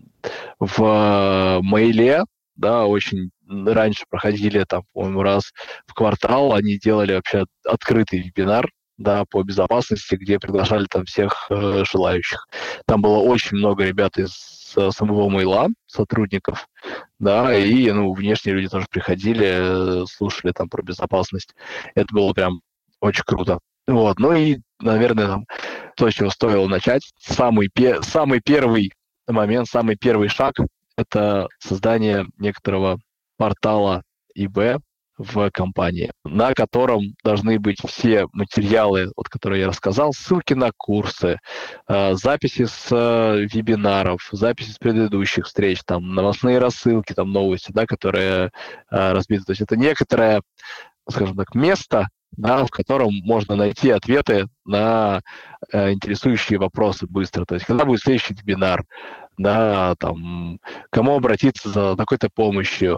в Мейле, да, очень раньше проходили там, по-моему, раз в квартал, они делали вообще открытый вебинар, да, по безопасности, где приглашали там всех желающих. Там было очень много ребят из самого Мейла, сотрудников, да, и, ну, внешние люди тоже приходили, слушали там про безопасность. Это было прям очень круто. Вот, ну и, наверное, там, то, с чего стоило начать, самый первый момент, самый первый шаг – это создание некоторого портала ИБ в компании, на котором должны быть все материалы, вот, которые я рассказал, ссылки на курсы, записи с вебинаров, записи с предыдущих встреч, там, новостные рассылки, там, новости, да, которые разбиты. То есть это некоторое, скажем так, место, да, в котором можно найти ответы на интересующие вопросы быстро. То есть когда будет следующий вебинар, да, там, кому обратиться за такой-то помощью,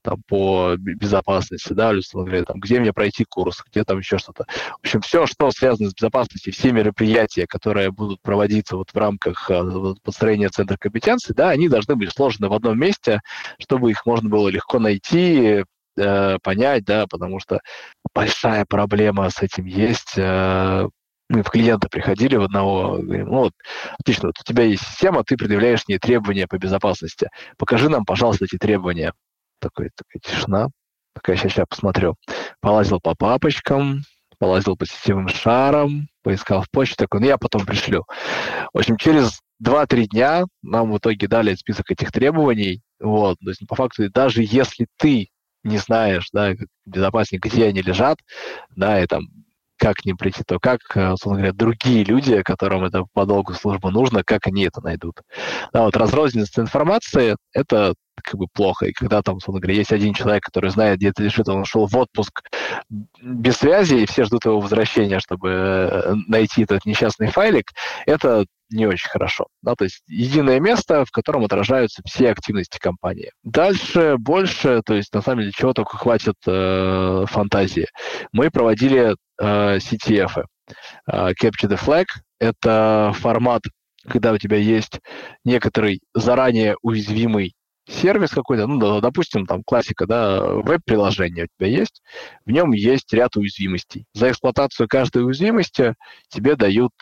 там, по безопасности, да, или, условно говоря, там, где мне пройти курс, где там еще что-то. В общем, все, что связано с безопасностью, все мероприятия, которые будут проводиться вот в рамках построения центра компетенций, да, они должны быть сложены в одном месте, чтобы их можно было легко найти, понять, да, потому что большая проблема с этим есть. Мы в клиента приходили в одного, говорим, ну вот, отлично, вот у тебя есть система, ты предъявляешь мне требования по безопасности. Покажи нам, пожалуйста, эти требования. Такая тишина. Такая, сейчас посмотрю. Полазил по папочкам, полазил по сетевым шарам, поискал в почте, такой, ну я потом пришлю. В общем, через 2-3 дня нам в итоге дали список этих требований. Вот, то есть по факту, даже если ты не знаешь, да, безопасник, где они лежат, да, и там как к ним прийти, то как, условно говоря, другие люди, которым это по долгу службы нужно, как они это найдут. Да, вот разрозненность информации — это как бы плохо. И когда там, условно говоря, есть один человек, который знает, где это лежит, он ушел в отпуск без связи, и все ждут его возвращения, чтобы найти этот несчастный файлик, это не очень хорошо. Да? То есть единое место, в котором отражаются все активности компании. Дальше больше, то есть на самом деле чего только хватит фантазии. Мы проводили CTF. Capture the Flag — это формат, когда у тебя есть некоторый заранее уязвимый сервис какой-то, ну, допустим, там классика, да, веб-приложение у тебя есть, в нем есть ряд уязвимостей. За эксплуатацию каждой уязвимости тебе дают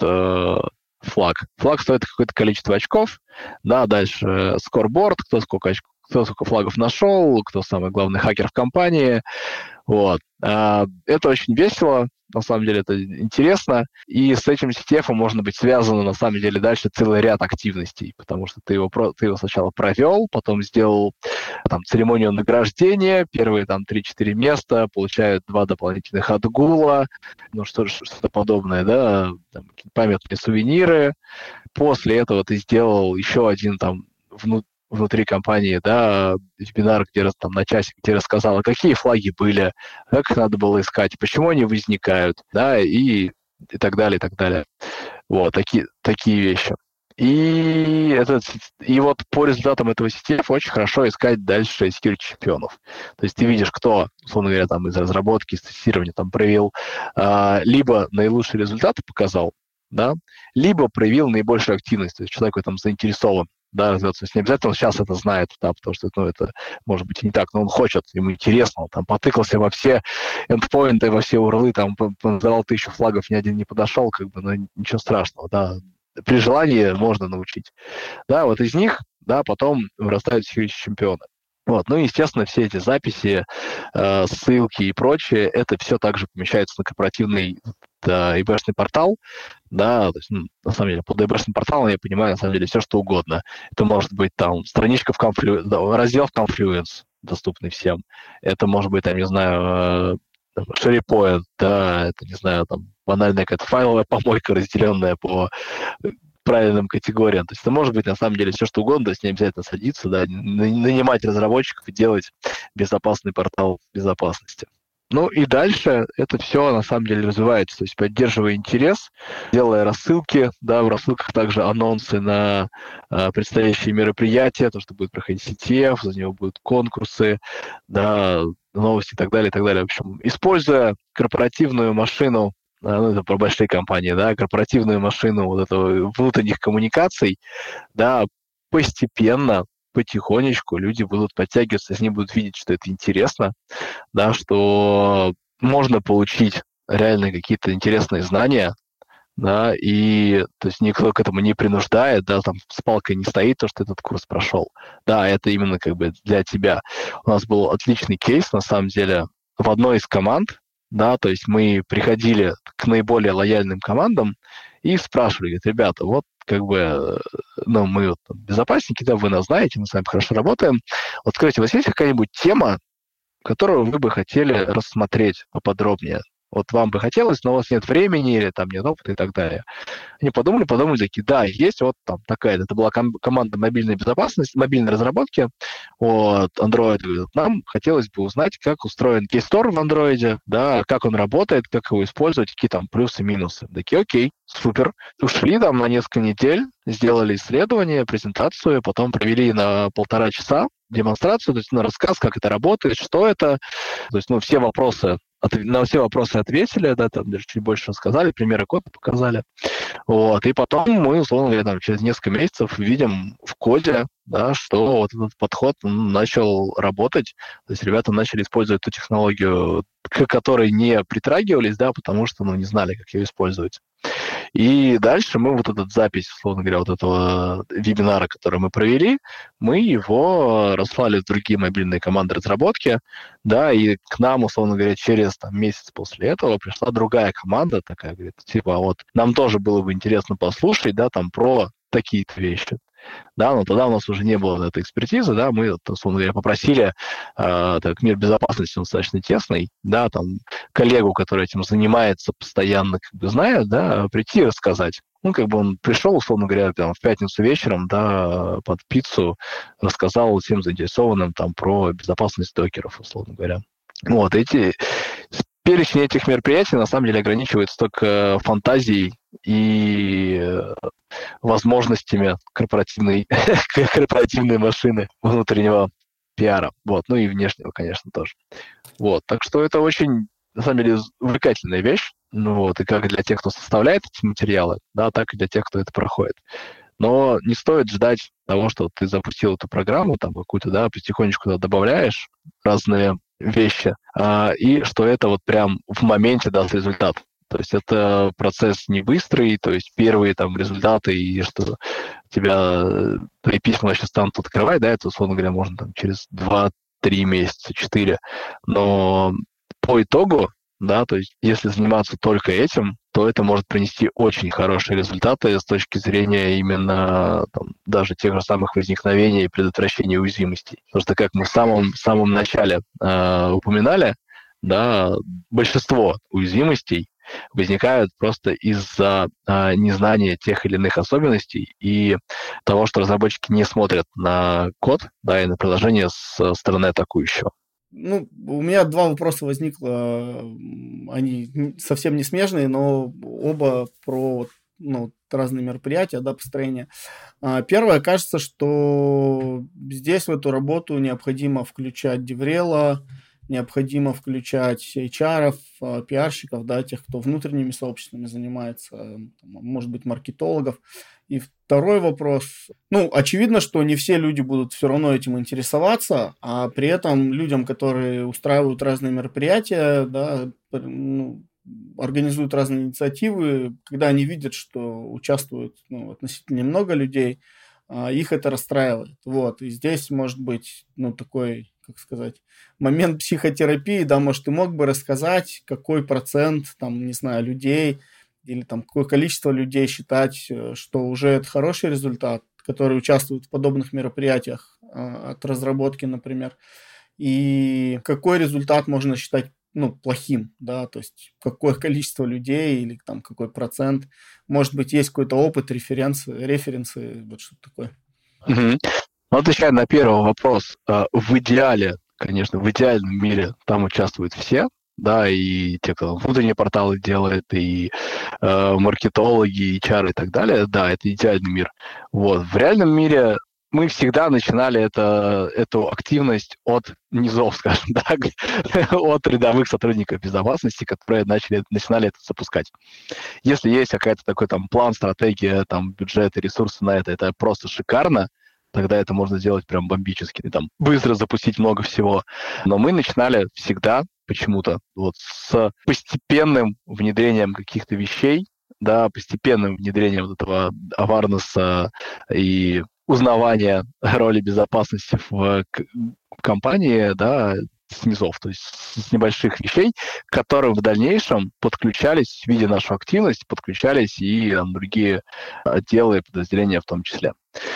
флаг. Флаг стоит какое-то количество очков, да, дальше скорборд, кто сколько флагов нашел, кто самый главный хакер в компании. Вот. Это очень весело, на самом деле это интересно, и с этим CTF можно быть связано, на самом деле, дальше целый ряд активностей, потому что ты его сначала провел, потом сделал там церемонию награждения, первые там 3-4 места получают 2 дополнительных отгула, ну что-то подобное, да, там, памятные сувениры. После этого ты сделал еще один там внутри компании, да, вебинар, где там на часик, где рассказала, какие флаги были, как их надо было искать, почему они возникают, да, и так далее, и так далее. Вот, такие вещи. И вот по результатам этого CTF очень хорошо искать дальше security-чемпионов. То есть ты видишь, кто, условно говоря, там из разработки, из тестирования там проявил либо наилучшие результаты показал, да, либо проявил наибольшую активность, то есть человек в этом заинтересован. Да, то есть не обязательно он сейчас это знает, да, потому что это может быть и не так, но он хочет, ему интересно, он там потыкался во все эндпоинты, во все урлы, там называл 1000 флагов, ни один не подошел, как бы, но ничего страшного, да, при желании можно научить. Да, вот из них, да, потом вырастают security-чемпионы. Вот. Ну и, естественно, все эти записи, ссылки и прочее, это все также помещается на корпоративный ИБшный портал, да, то есть, на самом деле, под ИБшным порталом я понимаю, на самом деле, все что угодно. Это может быть там страничка в Confluence, раздел в Confluence, доступный всем. Это может быть, там, не знаю, SharePoint, да, это, не знаю, там, банальная какая-то файловая помойка, разделенная по правильным категориям. То есть это может быть, на самом деле, все что угодно, то есть не обязательно садиться, да, нанимать разработчиков и делать безопасный портал безопасности. Ну и дальше это все на самом деле развивается, то есть поддерживая интерес, делая рассылки, да, в рассылках также анонсы на предстоящие мероприятия, то, что будет проходить CTF, за него будут конкурсы, да, новости и так далее, и так далее. В общем, используя корпоративную машину, ну, это про большие компании, да, корпоративную машину вот этого внутренних коммуникаций, да, постепенно, потихонечку люди будут подтягиваться, они будут видеть, что это интересно, да, что можно получить реально какие-то интересные знания, да, и то есть никто к этому не принуждает, да, там с палкой не стоит то, что этот курс прошел. Да, это именно как бы для тебя. У нас был отличный кейс, на самом деле, в одной из команд, да, то есть мы приходили к наиболее лояльным командам и спрашивали, говорит, ребята, вот как бы, ну, мы вот безопасники, да, вы нас знаете, мы с вами хорошо работаем. Вот скажите, у вас есть какая-нибудь тема, которую вы бы хотели рассмотреть поподробнее? Вот вам бы хотелось, но у вас нет времени или там нет опыта и так далее. Они подумали, такие, да, есть вот там такая, это была команда мобильной безопасности, мобильной разработки от Android. Говорят, нам хотелось бы узнать, как устроен Keystore в Android, да, как он работает, как его использовать, какие там плюсы, минусы. Такие, окей, супер. Ушли там на несколько недель, сделали исследование, презентацию, потом провели на 1,5 часа демонстрацию, то есть на рассказ, как это работает, что это. То есть, все вопросы на все вопросы ответили, да, там даже чуть больше рассказали, примеры кода показали. Вот, и потом мы, условно говоря, там, через несколько месяцев видим в коде, да, что вот этот подход начал работать. То есть ребята начали использовать ту технологию, к которой не притрагивались, да, потому что, не знали, как ее использовать. И дальше мы вот эту запись, условно говоря, вот этого вебинара, который мы провели, мы его расслали в другие мобильные команды разработки, да, и к нам, условно говоря, через месяц после этого пришла другая команда такая, говорит, типа, вот нам тоже было бы интересно послушать, да, там про такие-то вещи. Да, но тогда у нас уже не было этой экспертизы, да, мы, условно говоря, попросили, так, мир безопасности он достаточно тесный, да, там, коллегу, который этим занимается, постоянно, знает, да, прийти и рассказать. Он пришел, условно говоря, там, в пятницу вечером, да, под пиццу, рассказал всем заинтересованным там про безопасность докеров, условно говоря. Вот, перечень этих мероприятий, на самом деле, ограничивается только фантазией и возможностями корпоративной машины внутреннего пиара. Вот. И внешнего, конечно, тоже. Вот. Так что это очень, на самом деле, увлекательная вещь. И как для тех, кто составляет эти материалы, да, так и для тех, кто это проходит. Но не стоит ждать того, что ты запустил эту программу, там какую-то, да, потихонечку туда добавляешь разные вещи, и что это вот прям в моменте даст результат. То есть это процесс не быстрый, то есть первые там результаты, и что тебя твои письма сейчас станут открывать, да, это, условно говоря, можно там через 2-3 месяца, 4. Но по итогу, да, то есть если заниматься только этим, то это может принести очень хорошие результаты с точки зрения именно там, даже тех же самых возникновений и предотвращения уязвимостей. Потому что, как мы в самом начале упоминали, да, большинство уязвимостей возникают просто из-за незнания тех или иных особенностей и того, что разработчики не смотрят на код, да, и на приложение с стороны атакующего. У меня 2 вопроса возникло, они совсем не смежные, но оба про разные мероприятия, да, построения. Первое, кажется, что здесь в эту работу необходимо включать деврела, необходимо включать HR, пиарщиков, да, тех, кто внутренними сообществами занимается, может быть, маркетологов. И второй вопрос. Очевидно, что не все люди будут все равно этим интересоваться, а при этом людям, которые устраивают разные мероприятия, да, организуют разные инициативы, когда они видят, что участвуют относительно много людей, их это расстраивает. Вот. И здесь может быть, такой, как сказать, момент психотерапии, да, может, ты мог бы рассказать, какой процент, там, не знаю, людей или там какое количество людей считать, что уже это хороший результат, которые участвуют в подобных мероприятиях от разработки, например, и какой результат можно считать плохим, да, то есть какое количество людей или там какой процент, может быть, есть какой-то опыт, референсы, вот что-то такое. Отвечая на первый вопрос, в идеале, конечно, в идеальном мире там участвуют все, да, и те, кто внутренние порталы делает, и маркетологи, и HR и так далее, да, это идеальный мир. Вот. В реальном мире мы всегда начинали эту активность от низов, скажем так, от рядовых сотрудников безопасности, которые начинали это запускать. Если есть какая-то такой там план, стратегия, там бюджет и ресурсы на это просто шикарно, тогда это можно сделать прям бомбически, там быстро запустить много всего. Но мы начинали всегда почему-то вот с постепенным внедрением каких-то вещей, да, постепенным внедрением вот этого awareness и узнавания роли безопасности в компании, да, с низов, то есть с небольших вещей, к которым в дальнейшем подключались, видя нашу активность, подключались и там, другие отделы и подразделения в том числе.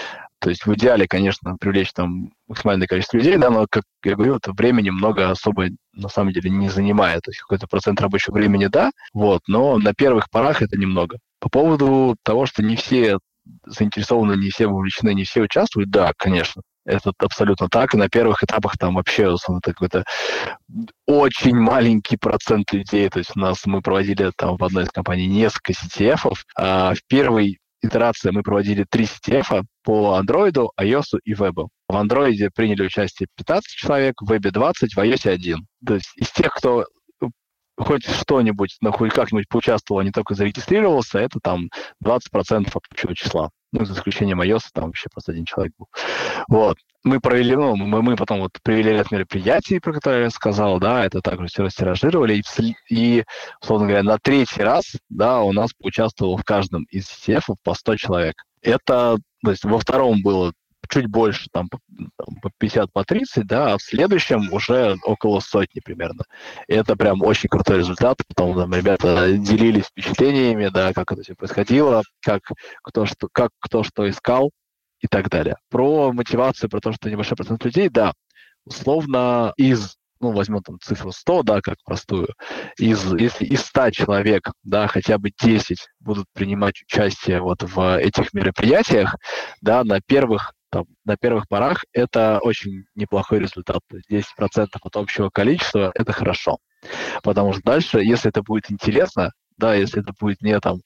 То есть в идеале, конечно, привлечь там максимальное количество людей, да, но, как я говорю, это времени много особо на самом деле не занимает. То есть какой-то процент рабочего времени, да, вот, но на первых порах это немного. По поводу того, что не все заинтересованы, не все вовлечены, не все участвуют, да, конечно. Это абсолютно так. И на первых этапах там вообще это какой-то очень маленький процент людей. То есть мы проводили там в одной из компаний несколько CTF-ов, а в первой итерации мы проводили 3 CTF по Android, iOS и вебу. В Android приняли участие 15 человек, в вебе 20, в iOS 1. То есть из тех, кто хоть что-нибудь, хоть как-нибудь поучаствовал, а не только зарегистрировался, это там 20% от общего числа. Ну, за исключением iOS, там вообще просто один человек был. Вот. Мы провели, мы потом вот провели ряд мероприятий, про которые я сказал, да, это также все растиражировали, и, условно говоря, на третий раз, да, у нас поучаствовало в каждом из CTF по 100 человек. Это, то есть во втором было чуть больше, там, по 50, по 30, да, а в следующем уже около сотни примерно. И это прям очень крутой результат. Потом там ребята делились впечатлениями, да, как это все происходило, как кто что искал и так далее. Про мотивацию, про то, что небольшой процент людей, да, условно возьмем там цифру 100, да, как простую, если из 100 человек, да, хотя бы 10 будут принимать участие вот в этих мероприятиях, да, на первых порах это очень неплохой результат. То есть 10% от общего количества – это хорошо. Потому что дальше, если это будет интересно, да, если это будет не там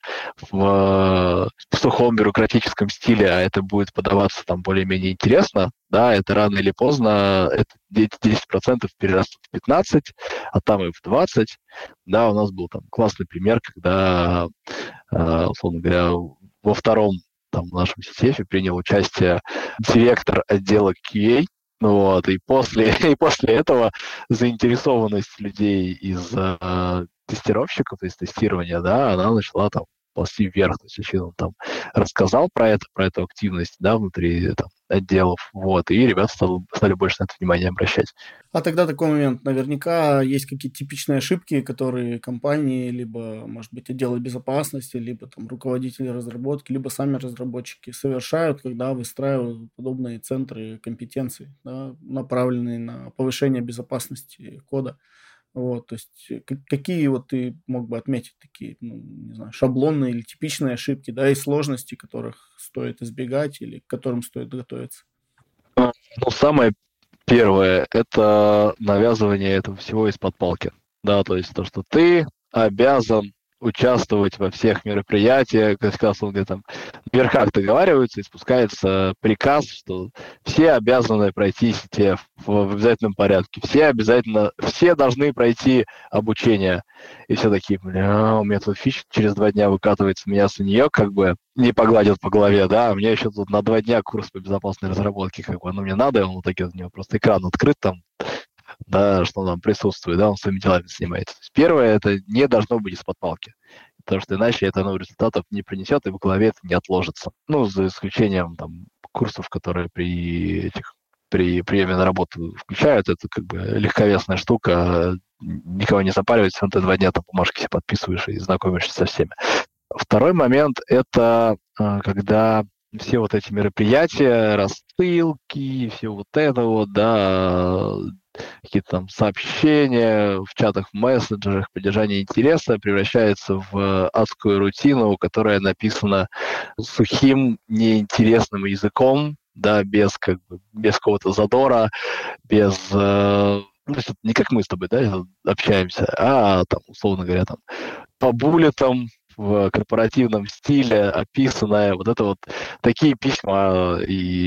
в сухом бюрократическом стиле, а это будет подаваться там более-менее интересно, да, это рано или поздно, это 10% перерастут в 15%, а там и в 20%. Да, у нас был там классный пример, когда, условно говоря, во втором там, в нашем CTF принял участие директор отдела QA, вот, и после этого заинтересованность людей из тестировщиков, из тестирования, да, она начала там ползти вверх. То есть, очевидно, он там рассказал про эту активность, да, внутри там, отделов, вот, и ребята стали больше на это внимание обращать. А тогда такой момент. Наверняка есть какие-то типичные ошибки, которые компании, либо, может быть, отделы безопасности, либо там руководители разработки, либо сами разработчики совершают, когда выстраивают подобные центры компетенций, да, направленные на повышение безопасности кода. Вот, то есть какие вот ты мог бы отметить такие, не знаю, шаблонные или типичные ошибки, да, и сложности, которых стоит избегать или к которым стоит готовиться? Самое первое – это навязывание этого всего из-под палки. Да, то есть то, что ты обязан участвовать во всех мероприятиях, как сказал, он говорит, там, в верхах договариваются и спускается приказ, что все обязаны пройти CTF в обязательном порядке, все должны пройти обучение. И все такие, у меня тут фич через 2 дня выкатывается, меня с нее как бы не погладят по голове, да, а мне еще тут на 2 дня курс по безопасной разработке, как бы, мне надо, он вот такой, у него просто экран открыт там, да, что он там присутствует, да, он своими делами занимается. То есть первое, это не должно быть из-под палки, потому что иначе это результатов не принесет, и в голове это не отложится. За исключением там курсов, которые при приеме на работу включают, это как бы легковесная штука, никого не запаривает, все ты 2 дня там бумажки себе подписываешь и знакомишься со всеми. Второй момент – это когда все вот эти мероприятия, рассылки, все вот это вот, да, какие-то там сообщения в чатах, в мессенджерах, поддержание интереса превращается в адскую рутину, которая написана сухим, неинтересным языком, да, без какого-то задора, без не как мы с тобой, да, общаемся, а там, условно говоря, там по буллетам в корпоративном стиле описанное вот это вот такие письма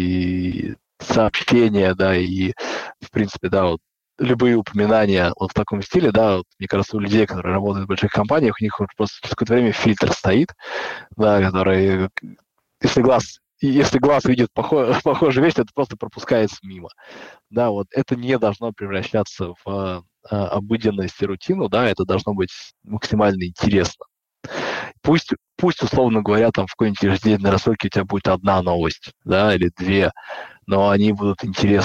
и сообщения, да, и в принципе, да, вот любые упоминания вот в таком стиле, да, вот, мне кажется, у людей, которые работают в больших компаниях, у них просто через какое-то время фильтр стоит, да, который, если глаз видит похожую вещь, это просто пропускается мимо. Да, вот это не должно превращаться в обыденность и рутину, да, это должно быть максимально интересно. Пусть, условно говоря, там в какой-нибудь ежедневной рассылке у тебя будет 1 новость, да, или 2, но они будут интересные.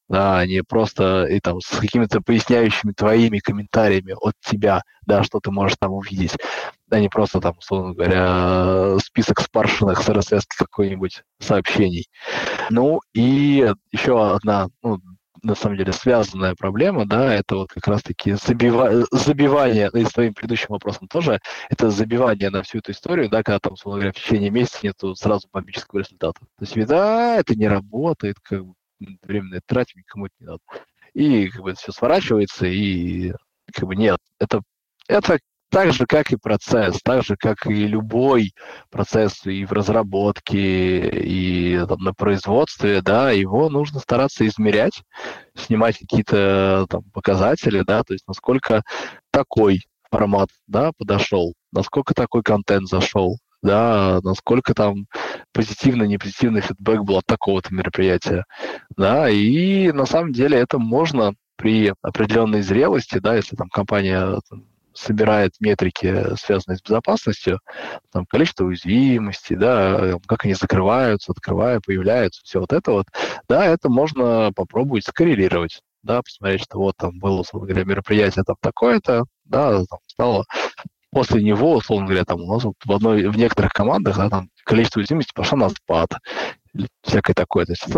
да, а не просто и там с какими-то поясняющими твоими комментариями от тебя, да, что ты можешь там увидеть, а не просто там, условно говоря, список спаршенных с RSS какой-нибудь сообщений. Ну и еще одна, ну, на самом деле связанная проблема, да, это вот как раз-таки забивание, и с твоим предыдущим вопросом тоже, это забивание на всю эту историю, да, когда там, условно говоря, в течение месяца нету сразу бомбического результата. То есть, да, это не работает, как бы время на это тратим, никому это не надо. И как бы это все сворачивается, и как бы нет, это так же, как и процесс, так же, как и любой процесс и в разработке, и там, на производстве, да, его нужно стараться измерять, снимать какие-то там показатели, да, то есть насколько такой формат, да, подошел, насколько такой контент зашел, да, насколько там позитивный, непозитивный фидбэк был от такого-то мероприятия, да, и на самом деле это можно при определенной зрелости, да, если там компания собирает метрики, связанные с безопасностью, там, количество уязвимостей, да, как они закрываются, открывают, появляются, все вот это вот, да, это можно попробовать скоррелировать, да, посмотреть, что вот там было, условно говоря, мероприятие там такое-то, да, там стало после него, условно говоря, там у нас вот в некоторых командах, да, там количество уязвимостей пошло на спад, или всякое такое. То есть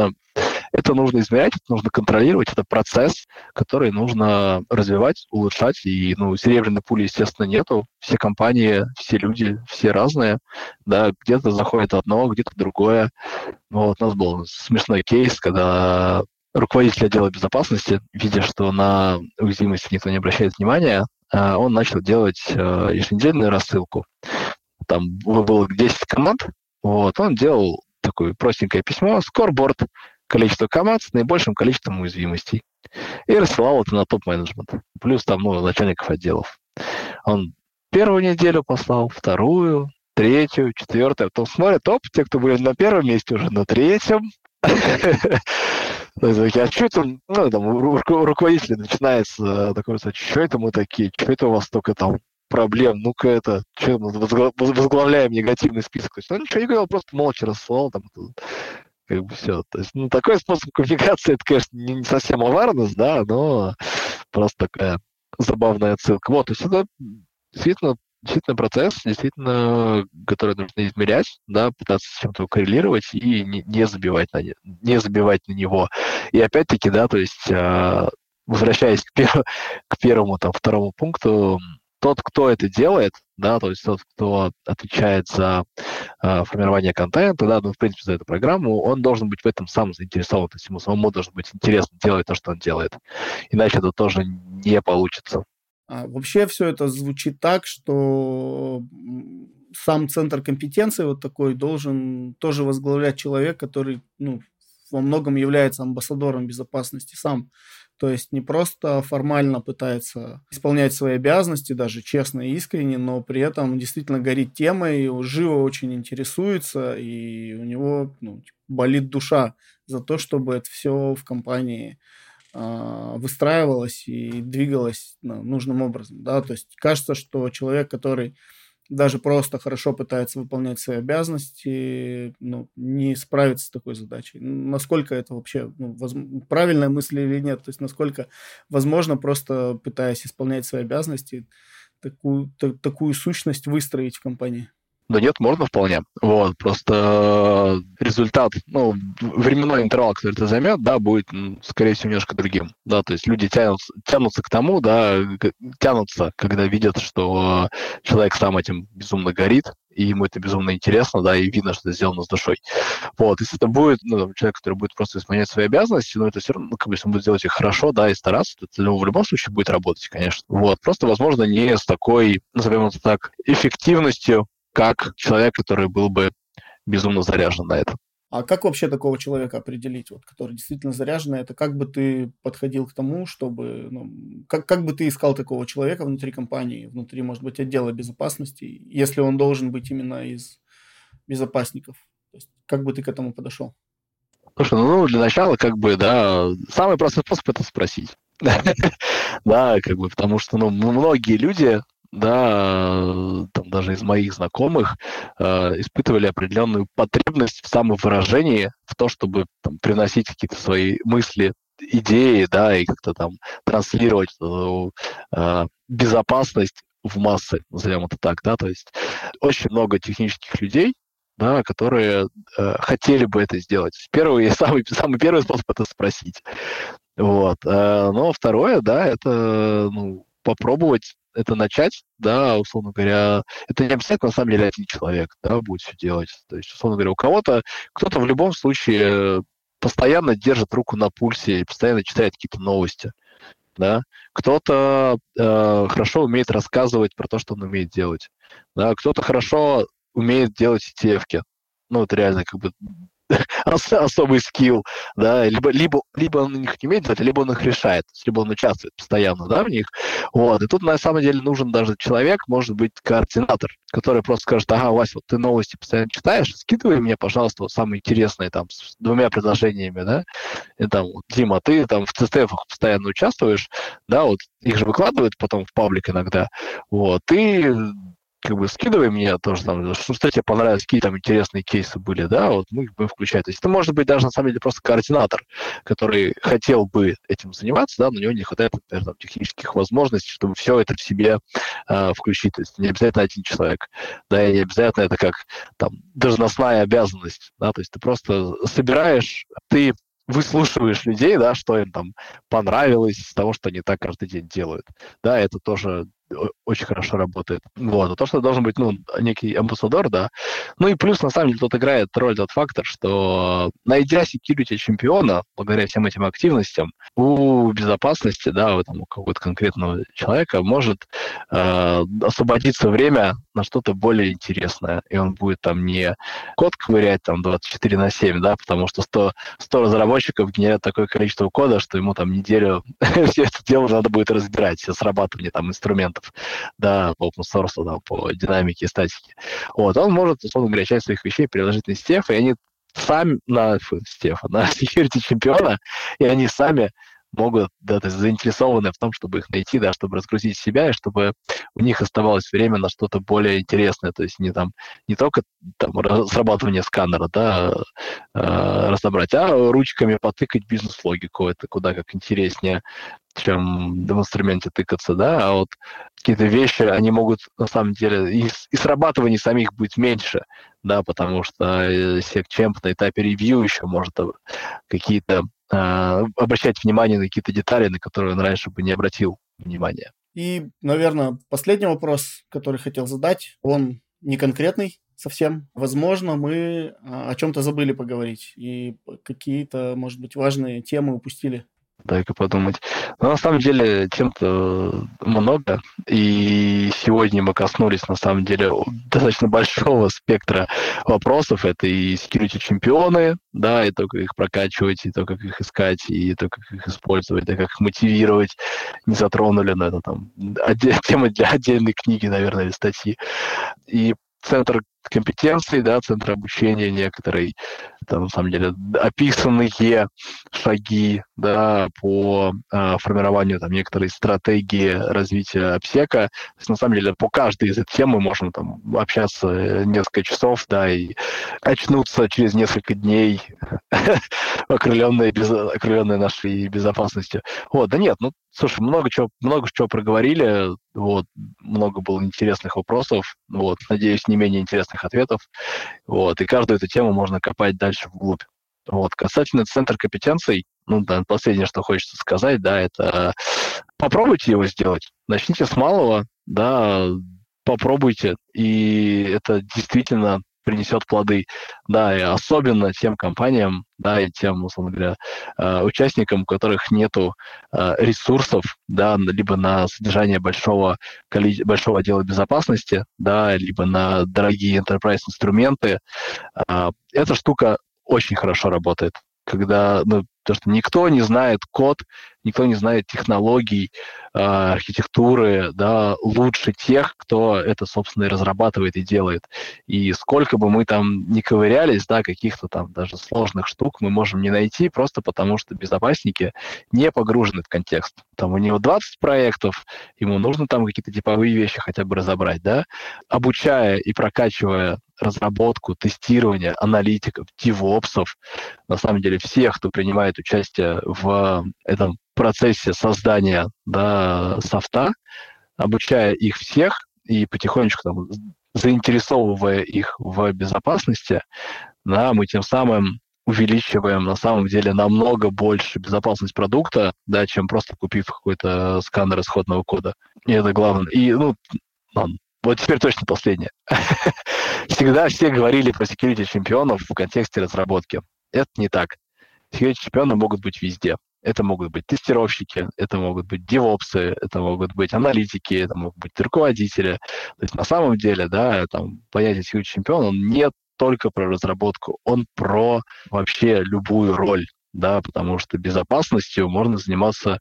это нужно измерять, это нужно контролировать, это процесс, который нужно развивать, улучшать. И, ну, серебряной пули, естественно, нету. Все компании, все люди, все разные. Да, где-то заходит одно, где-то другое. Вот у нас был смешной кейс, когда руководитель отдела безопасности, видя, что на уязвимости никто не обращает внимания, он начал делать еженедельную рассылку. Там было 10 команд, вот, он делал такое простенькое письмо, скорборд, количество команд с наибольшим количеством уязвимостей. И рассылал это на топ-менеджмент. Плюс там, ну, начальников отделов. Он первую неделю послал, вторую, третью, четвертую. Потом смотрит, те, кто были на первом месте, уже на третьем. А что это, ну, там, у руководителя начинается такой, что это мы такие, что это у вас столько там проблем, ну-ка это, что мы возглавляем негативный список. То есть он ничего не говорил, просто молча рассылал там, как бы все. То есть, ну, такой способ коммуникации, это, конечно, не совсем awareness, да, но просто такая забавная отсылка. Вот, то есть это действительно процесс, действительно, который нужно измерять, да, пытаться с чем-то коррелировать и не забивать на него. И опять-таки, да, то есть, возвращаясь к первому, там, второму пункту, тот, кто это делает, да, то есть тот, кто отвечает за формирование контента, да, ну, в принципе, за эту программу, он должен быть в этом сам заинтересован, то есть ему самому должно быть интересно делать то, что он делает. Иначе это тоже не получится. Вообще все это звучит так, что сам центр компетенции вот такой должен тоже возглавлять человек, который, ну, во многом является амбассадором безопасности сам. То есть не просто формально пытается исполнять свои обязанности, даже честно и искренне, но при этом действительно горит темой, живо очень интересуется, и у него, ну, болит душа за то, чтобы это все в компании выстраивалось и двигалось, ну, нужным образом. Да? То есть кажется, что человек, который даже просто хорошо пытается выполнять свои обязанности, ну, не справится с такой задачей. Насколько это вообще, ну, правильная мысль или нет? То есть насколько возможно, просто пытаясь исполнять свои обязанности, такую сущность выстроить в компании? Да нет, можно вполне. Вот, просто результат, ну, временной интервал, который это займет, да, будет, скорее всего, немножко другим. Да, то есть люди тянутся к тому, да, тянутся, когда видят, что человек сам этим безумно горит, и ему это безумно интересно, да, и видно, что это сделано с душой. Вот, если это будет, ну, человек, который будет просто исполнять свои обязанности, но это все равно, ну, как бы, если он будет делать их хорошо, да, и стараться, то это, ну, в любом случае будет работать, конечно. Вот, просто, возможно, не с такой, назовем это так, эффективностью, как человек, который был бы безумно заряжен на это. А как вообще такого человека определить, вот, который действительно заряжен на это? Как бы ты подходил к тому, чтобы... Ну, как бы ты искал такого человека внутри компании, внутри, может быть, отдела безопасности, если он должен быть именно из безопасников? То есть, как бы ты к этому подошел? Слушай, ну, для начала, как бы, да, самый простой способ — это спросить. Да, как бы, потому что, ну, многие люди, да, там даже из моих знакомых испытывали определенную потребность в самовыражении, в то, чтобы там, привносить какие-то свои мысли, идеи, да, и как-то там транслировать безопасность в массы, назовем это так, да, то есть очень много технических людей, да, которые хотели бы это сделать. Первый, самый первый способ это спросить. Вот. Но второе, да, это попробовать это начать, да, условно говоря, это не обязательно, на самом деле, один человек, да, будет все делать. То есть, условно говоря, кто-то в любом случае постоянно держит руку на пульсе и постоянно читает какие-то новости, да. Кто-то хорошо умеет рассказывать про то, что он умеет делать, да. Кто-то хорошо умеет делать ETF-ки. Ну, это реально как бы особый скилл, да, либо он их не умеет делать, либо он их решает, либо он участвует постоянно, да, в них. Вот. И тут на самом деле нужен даже человек, может быть, координатор, который просто скажет: ага, Вася, вот ты новости постоянно читаешь, скидывай мне, пожалуйста, вот самые интересные там с двумя предложениями, да, и там, Дима, ты там в ЦТФ постоянно участвуешь, да, вот их же выкладывают потом в паблик иногда, вот, ты как бы скидывай мне тоже там, что тебе понравилось, какие там интересные кейсы были, да, вот мы их будем включать. То есть это может быть даже на самом деле просто координатор, который хотел бы этим заниматься, да, но у него не хватает, например, там, технических возможностей, чтобы все это в себе включить. То есть не обязательно один человек, да, и не обязательно это как там должностная обязанность, да, то есть ты просто собираешь, ты выслушиваешь людей, да, что им там понравилось из того, что они так каждый день делают. Да, это тоже очень хорошо работает. Вот. А то, что должен быть, некий амбассадор, да. Ну и плюс, на самом деле, тут играет роль тот фактор, что найдя security чемпиона, благодаря всем этим активностям, у безопасности, да, у какого-то конкретного человека может освободиться время на что-то более интересное. И он будет там не код ковырять там 24/7, да, потому что 100 разработчиков генерят такое количество кода, что ему там неделю все это дело надо будет разбирать, все срабатывание там инструментов, да, по open source, да, по динамике и статике. Вот, он может, условно говоря, часть своих вещей переложить на Стеф, и они сами на security чемпиона, и они сами могут, да, то есть заинтересованы в том, чтобы их найти, да, чтобы разгрузить себя, и чтобы у них оставалось время на что-то более интересное, то есть не только там срабатывание сканера, да, разобрать, а ручками потыкать бизнес-логику, это куда как интереснее, чем в инструменте тыкаться, да, а вот какие-то вещи, они могут, на самом деле, и срабатываний самих быть меньше, да, потому что SecChamp на этапе ревью еще может какие-то обращать внимание на какие-то детали, на которые он раньше бы не обратил внимания. И, наверное, последний вопрос, который хотел задать, он не конкретный совсем. Возможно, мы о чем-то забыли поговорить и какие-то, может быть, важные темы упустили. Дай-ка подумать. Но на самом деле тем-то много, и сегодня мы коснулись, на самом деле, достаточно большого спектра вопросов. Это и security-чемпионы, да, и то, как их прокачивать, и то, как их искать, и то, как их использовать, да, как их мотивировать. Не затронули, но это там тема для отдельной книги, наверное, или статьи. И центр компетенций, да, центр обучения некоторый, там, на самом деле, описанные шаги, да, по формированию там некоторой стратегии развития обсека. То есть, на самом деле, по каждой из этих тем мы можем там общаться несколько часов, да, и очнуться через несколько дней, окрыленные нашей безопасностью. Вот, да нет, слушай, много чего проговорили, вот, много было интересных вопросов, вот, надеюсь, не менее интересных ответов, вот, и каждую эту тему можно копать дальше вглубь. Вот, касательно центра компетенций, да, последнее, что хочется сказать, да, это попробуйте его сделать, начните с малого, да, попробуйте, и это действительно принесет плоды, да, и особенно тем компаниям, да, и тем, условно говоря, участникам, у которых нету ресурсов, да, либо на содержание большого отдела безопасности, да, либо на дорогие enterprise инструменты. Эта штука очень хорошо работает. когда, ну, то, что никто не знает код, никто не знает технологий, архитектуры, да, лучше тех, кто это, собственно, и разрабатывает и делает. И сколько бы мы там ни ковырялись, да, каких-то там даже сложных штук мы можем не найти, просто потому что безопасники не погружены в контекст. Там у него 20 проектов, ему нужно там какие-то типовые вещи хотя бы разобрать, да, обучая и прокачивая разработку, тестирование аналитиков, девопсов, на самом деле всех, кто принимает участие в этом процессе создания, да, софта, обучая их всех и потихонечку там, заинтересовывая их в безопасности, да, мы тем самым увеличиваем на самом деле намного больше безопасность продукта, да, чем просто купив какой-то сканер исходного кода. И это главное. И, ну, ладно, вот теперь точно последнее. Всегда все говорили про security-чемпионов в контексте разработки. Это не так. Security-чемпионы могут быть везде. Это могут быть тестировщики, это могут быть девопсы, это могут быть аналитики, это могут быть руководители. То есть на самом деле, да, там, понятие security-чемпион, он не только про разработку, он про вообще любую роль, да, потому что безопасностью можно заниматься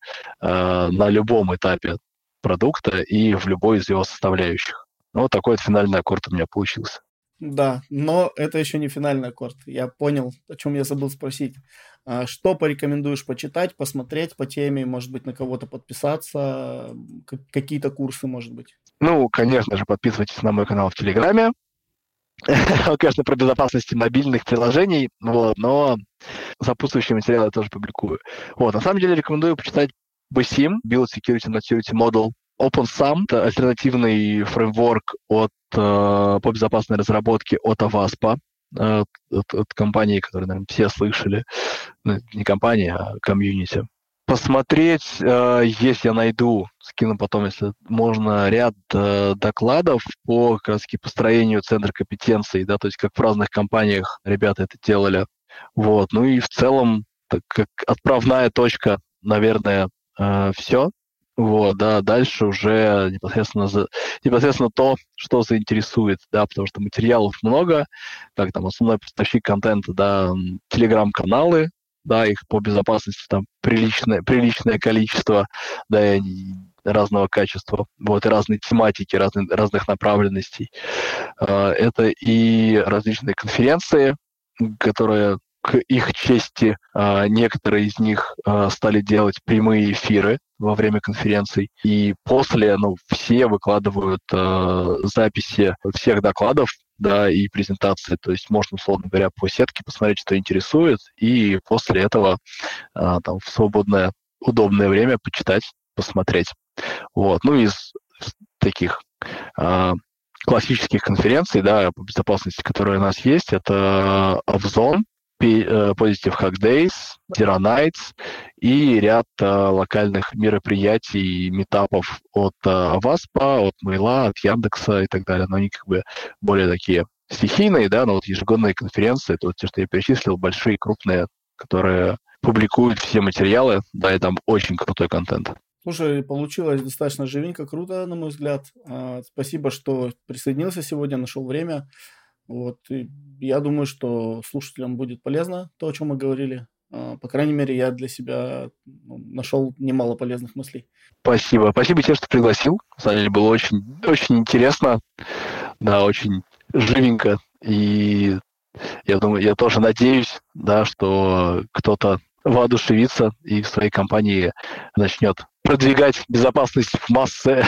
на любом этапе продукта и в любой из его составляющих. Ну, вот такой вот финальный аккорд у меня получился. Да, но это еще не финальный аккорд. Я понял, о чем я забыл спросить. Что порекомендуешь почитать, посмотреть по теме, может быть, на кого-то подписаться, какие-то курсы, может быть? Ну, конечно же, подписывайтесь на мой канал в Телеграме. Он, конечно, про безопасность мобильных приложений, вот, но сопутствующие материалы я тоже публикую. Вот, на самом деле рекомендую почитать BSIMM, Build Security Maturity Model. OpenSUM — это альтернативный фреймворк по безопасной разработке от Avaspa, от компании, которую, наверное, все слышали. Ну, не компания, а комьюнити. Посмотреть, если я найду, скину потом, если можно, ряд докладов по как раз построению центра компетенций, да, то есть как в разных компаниях ребята это делали. Вот. Ну и в целом, так как отправная точка, наверное, все. Вот, да, дальше уже непосредственно то, что заинтересует, да, потому что материалов много, как там основной поставщик контента, да, телеграм-каналы, да, их по безопасности там приличное количество, да, и разного качества, вот, и разной тематики, разных направленностей. Это и различные конференции, которые к их чести, некоторые из них стали делать прямые эфиры во время конференций, и после, ну, все выкладывают записи всех докладов, да, и презентации, то есть можно, условно говоря, по сетке посмотреть, что интересует, и после этого там в свободное, удобное время почитать, посмотреть. Вот. Ну, из таких классических конференций, да, по безопасности, которые у нас есть, это Avzone, Positive Hack Days, Zero Nights и ряд локальных мероприятий, митапов от Avaspa, от Mail, от Яндекса и так далее. Но они как бы более такие стихийные, да, но вот ежегодные конференции, это вот те, что я перечислил, большие, крупные, которые публикуют все материалы, да, и там очень крутой контент. Слушай, получилось достаточно живенько, круто, на мой взгляд. Спасибо, что присоединился сегодня, нашел время. Вот, и я думаю, что слушателям будет полезно то, о чем мы говорили. По крайней мере, я для себя нашел немало полезных мыслей. Спасибо. Спасибо тебе, что пригласил. На самом деле было очень, очень интересно, да, очень живенько. И я думаю, я тоже надеюсь, да, что кто-то воодушевится и в своей компании начнет продвигать безопасность в массы,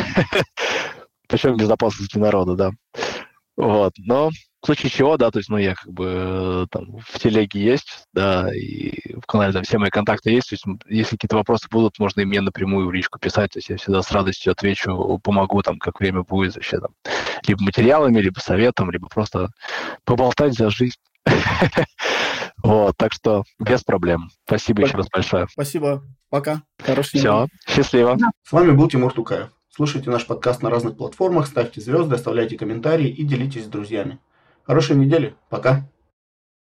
причем безопасность для народа, да. Вот, но в случае чего, да, то есть, ну, я как бы там в телеге есть, да, и в канале там все мои контакты есть, то есть, если какие-то вопросы будут, можно и мне напрямую в личку писать, то есть я всегда с радостью отвечу, помогу там, как время будет, вообще там, либо материалами, либо советом, либо просто поболтать за жизнь. Вот, так что без проблем. Спасибо еще раз большое. Спасибо. Пока. Хорошего дня. Все, счастливо. С вами был Тимур Тукаев. Слушайте наш подкаст на разных платформах, ставьте звезды, оставляйте комментарии и делитесь с друзьями. Хорошей недели. Пока.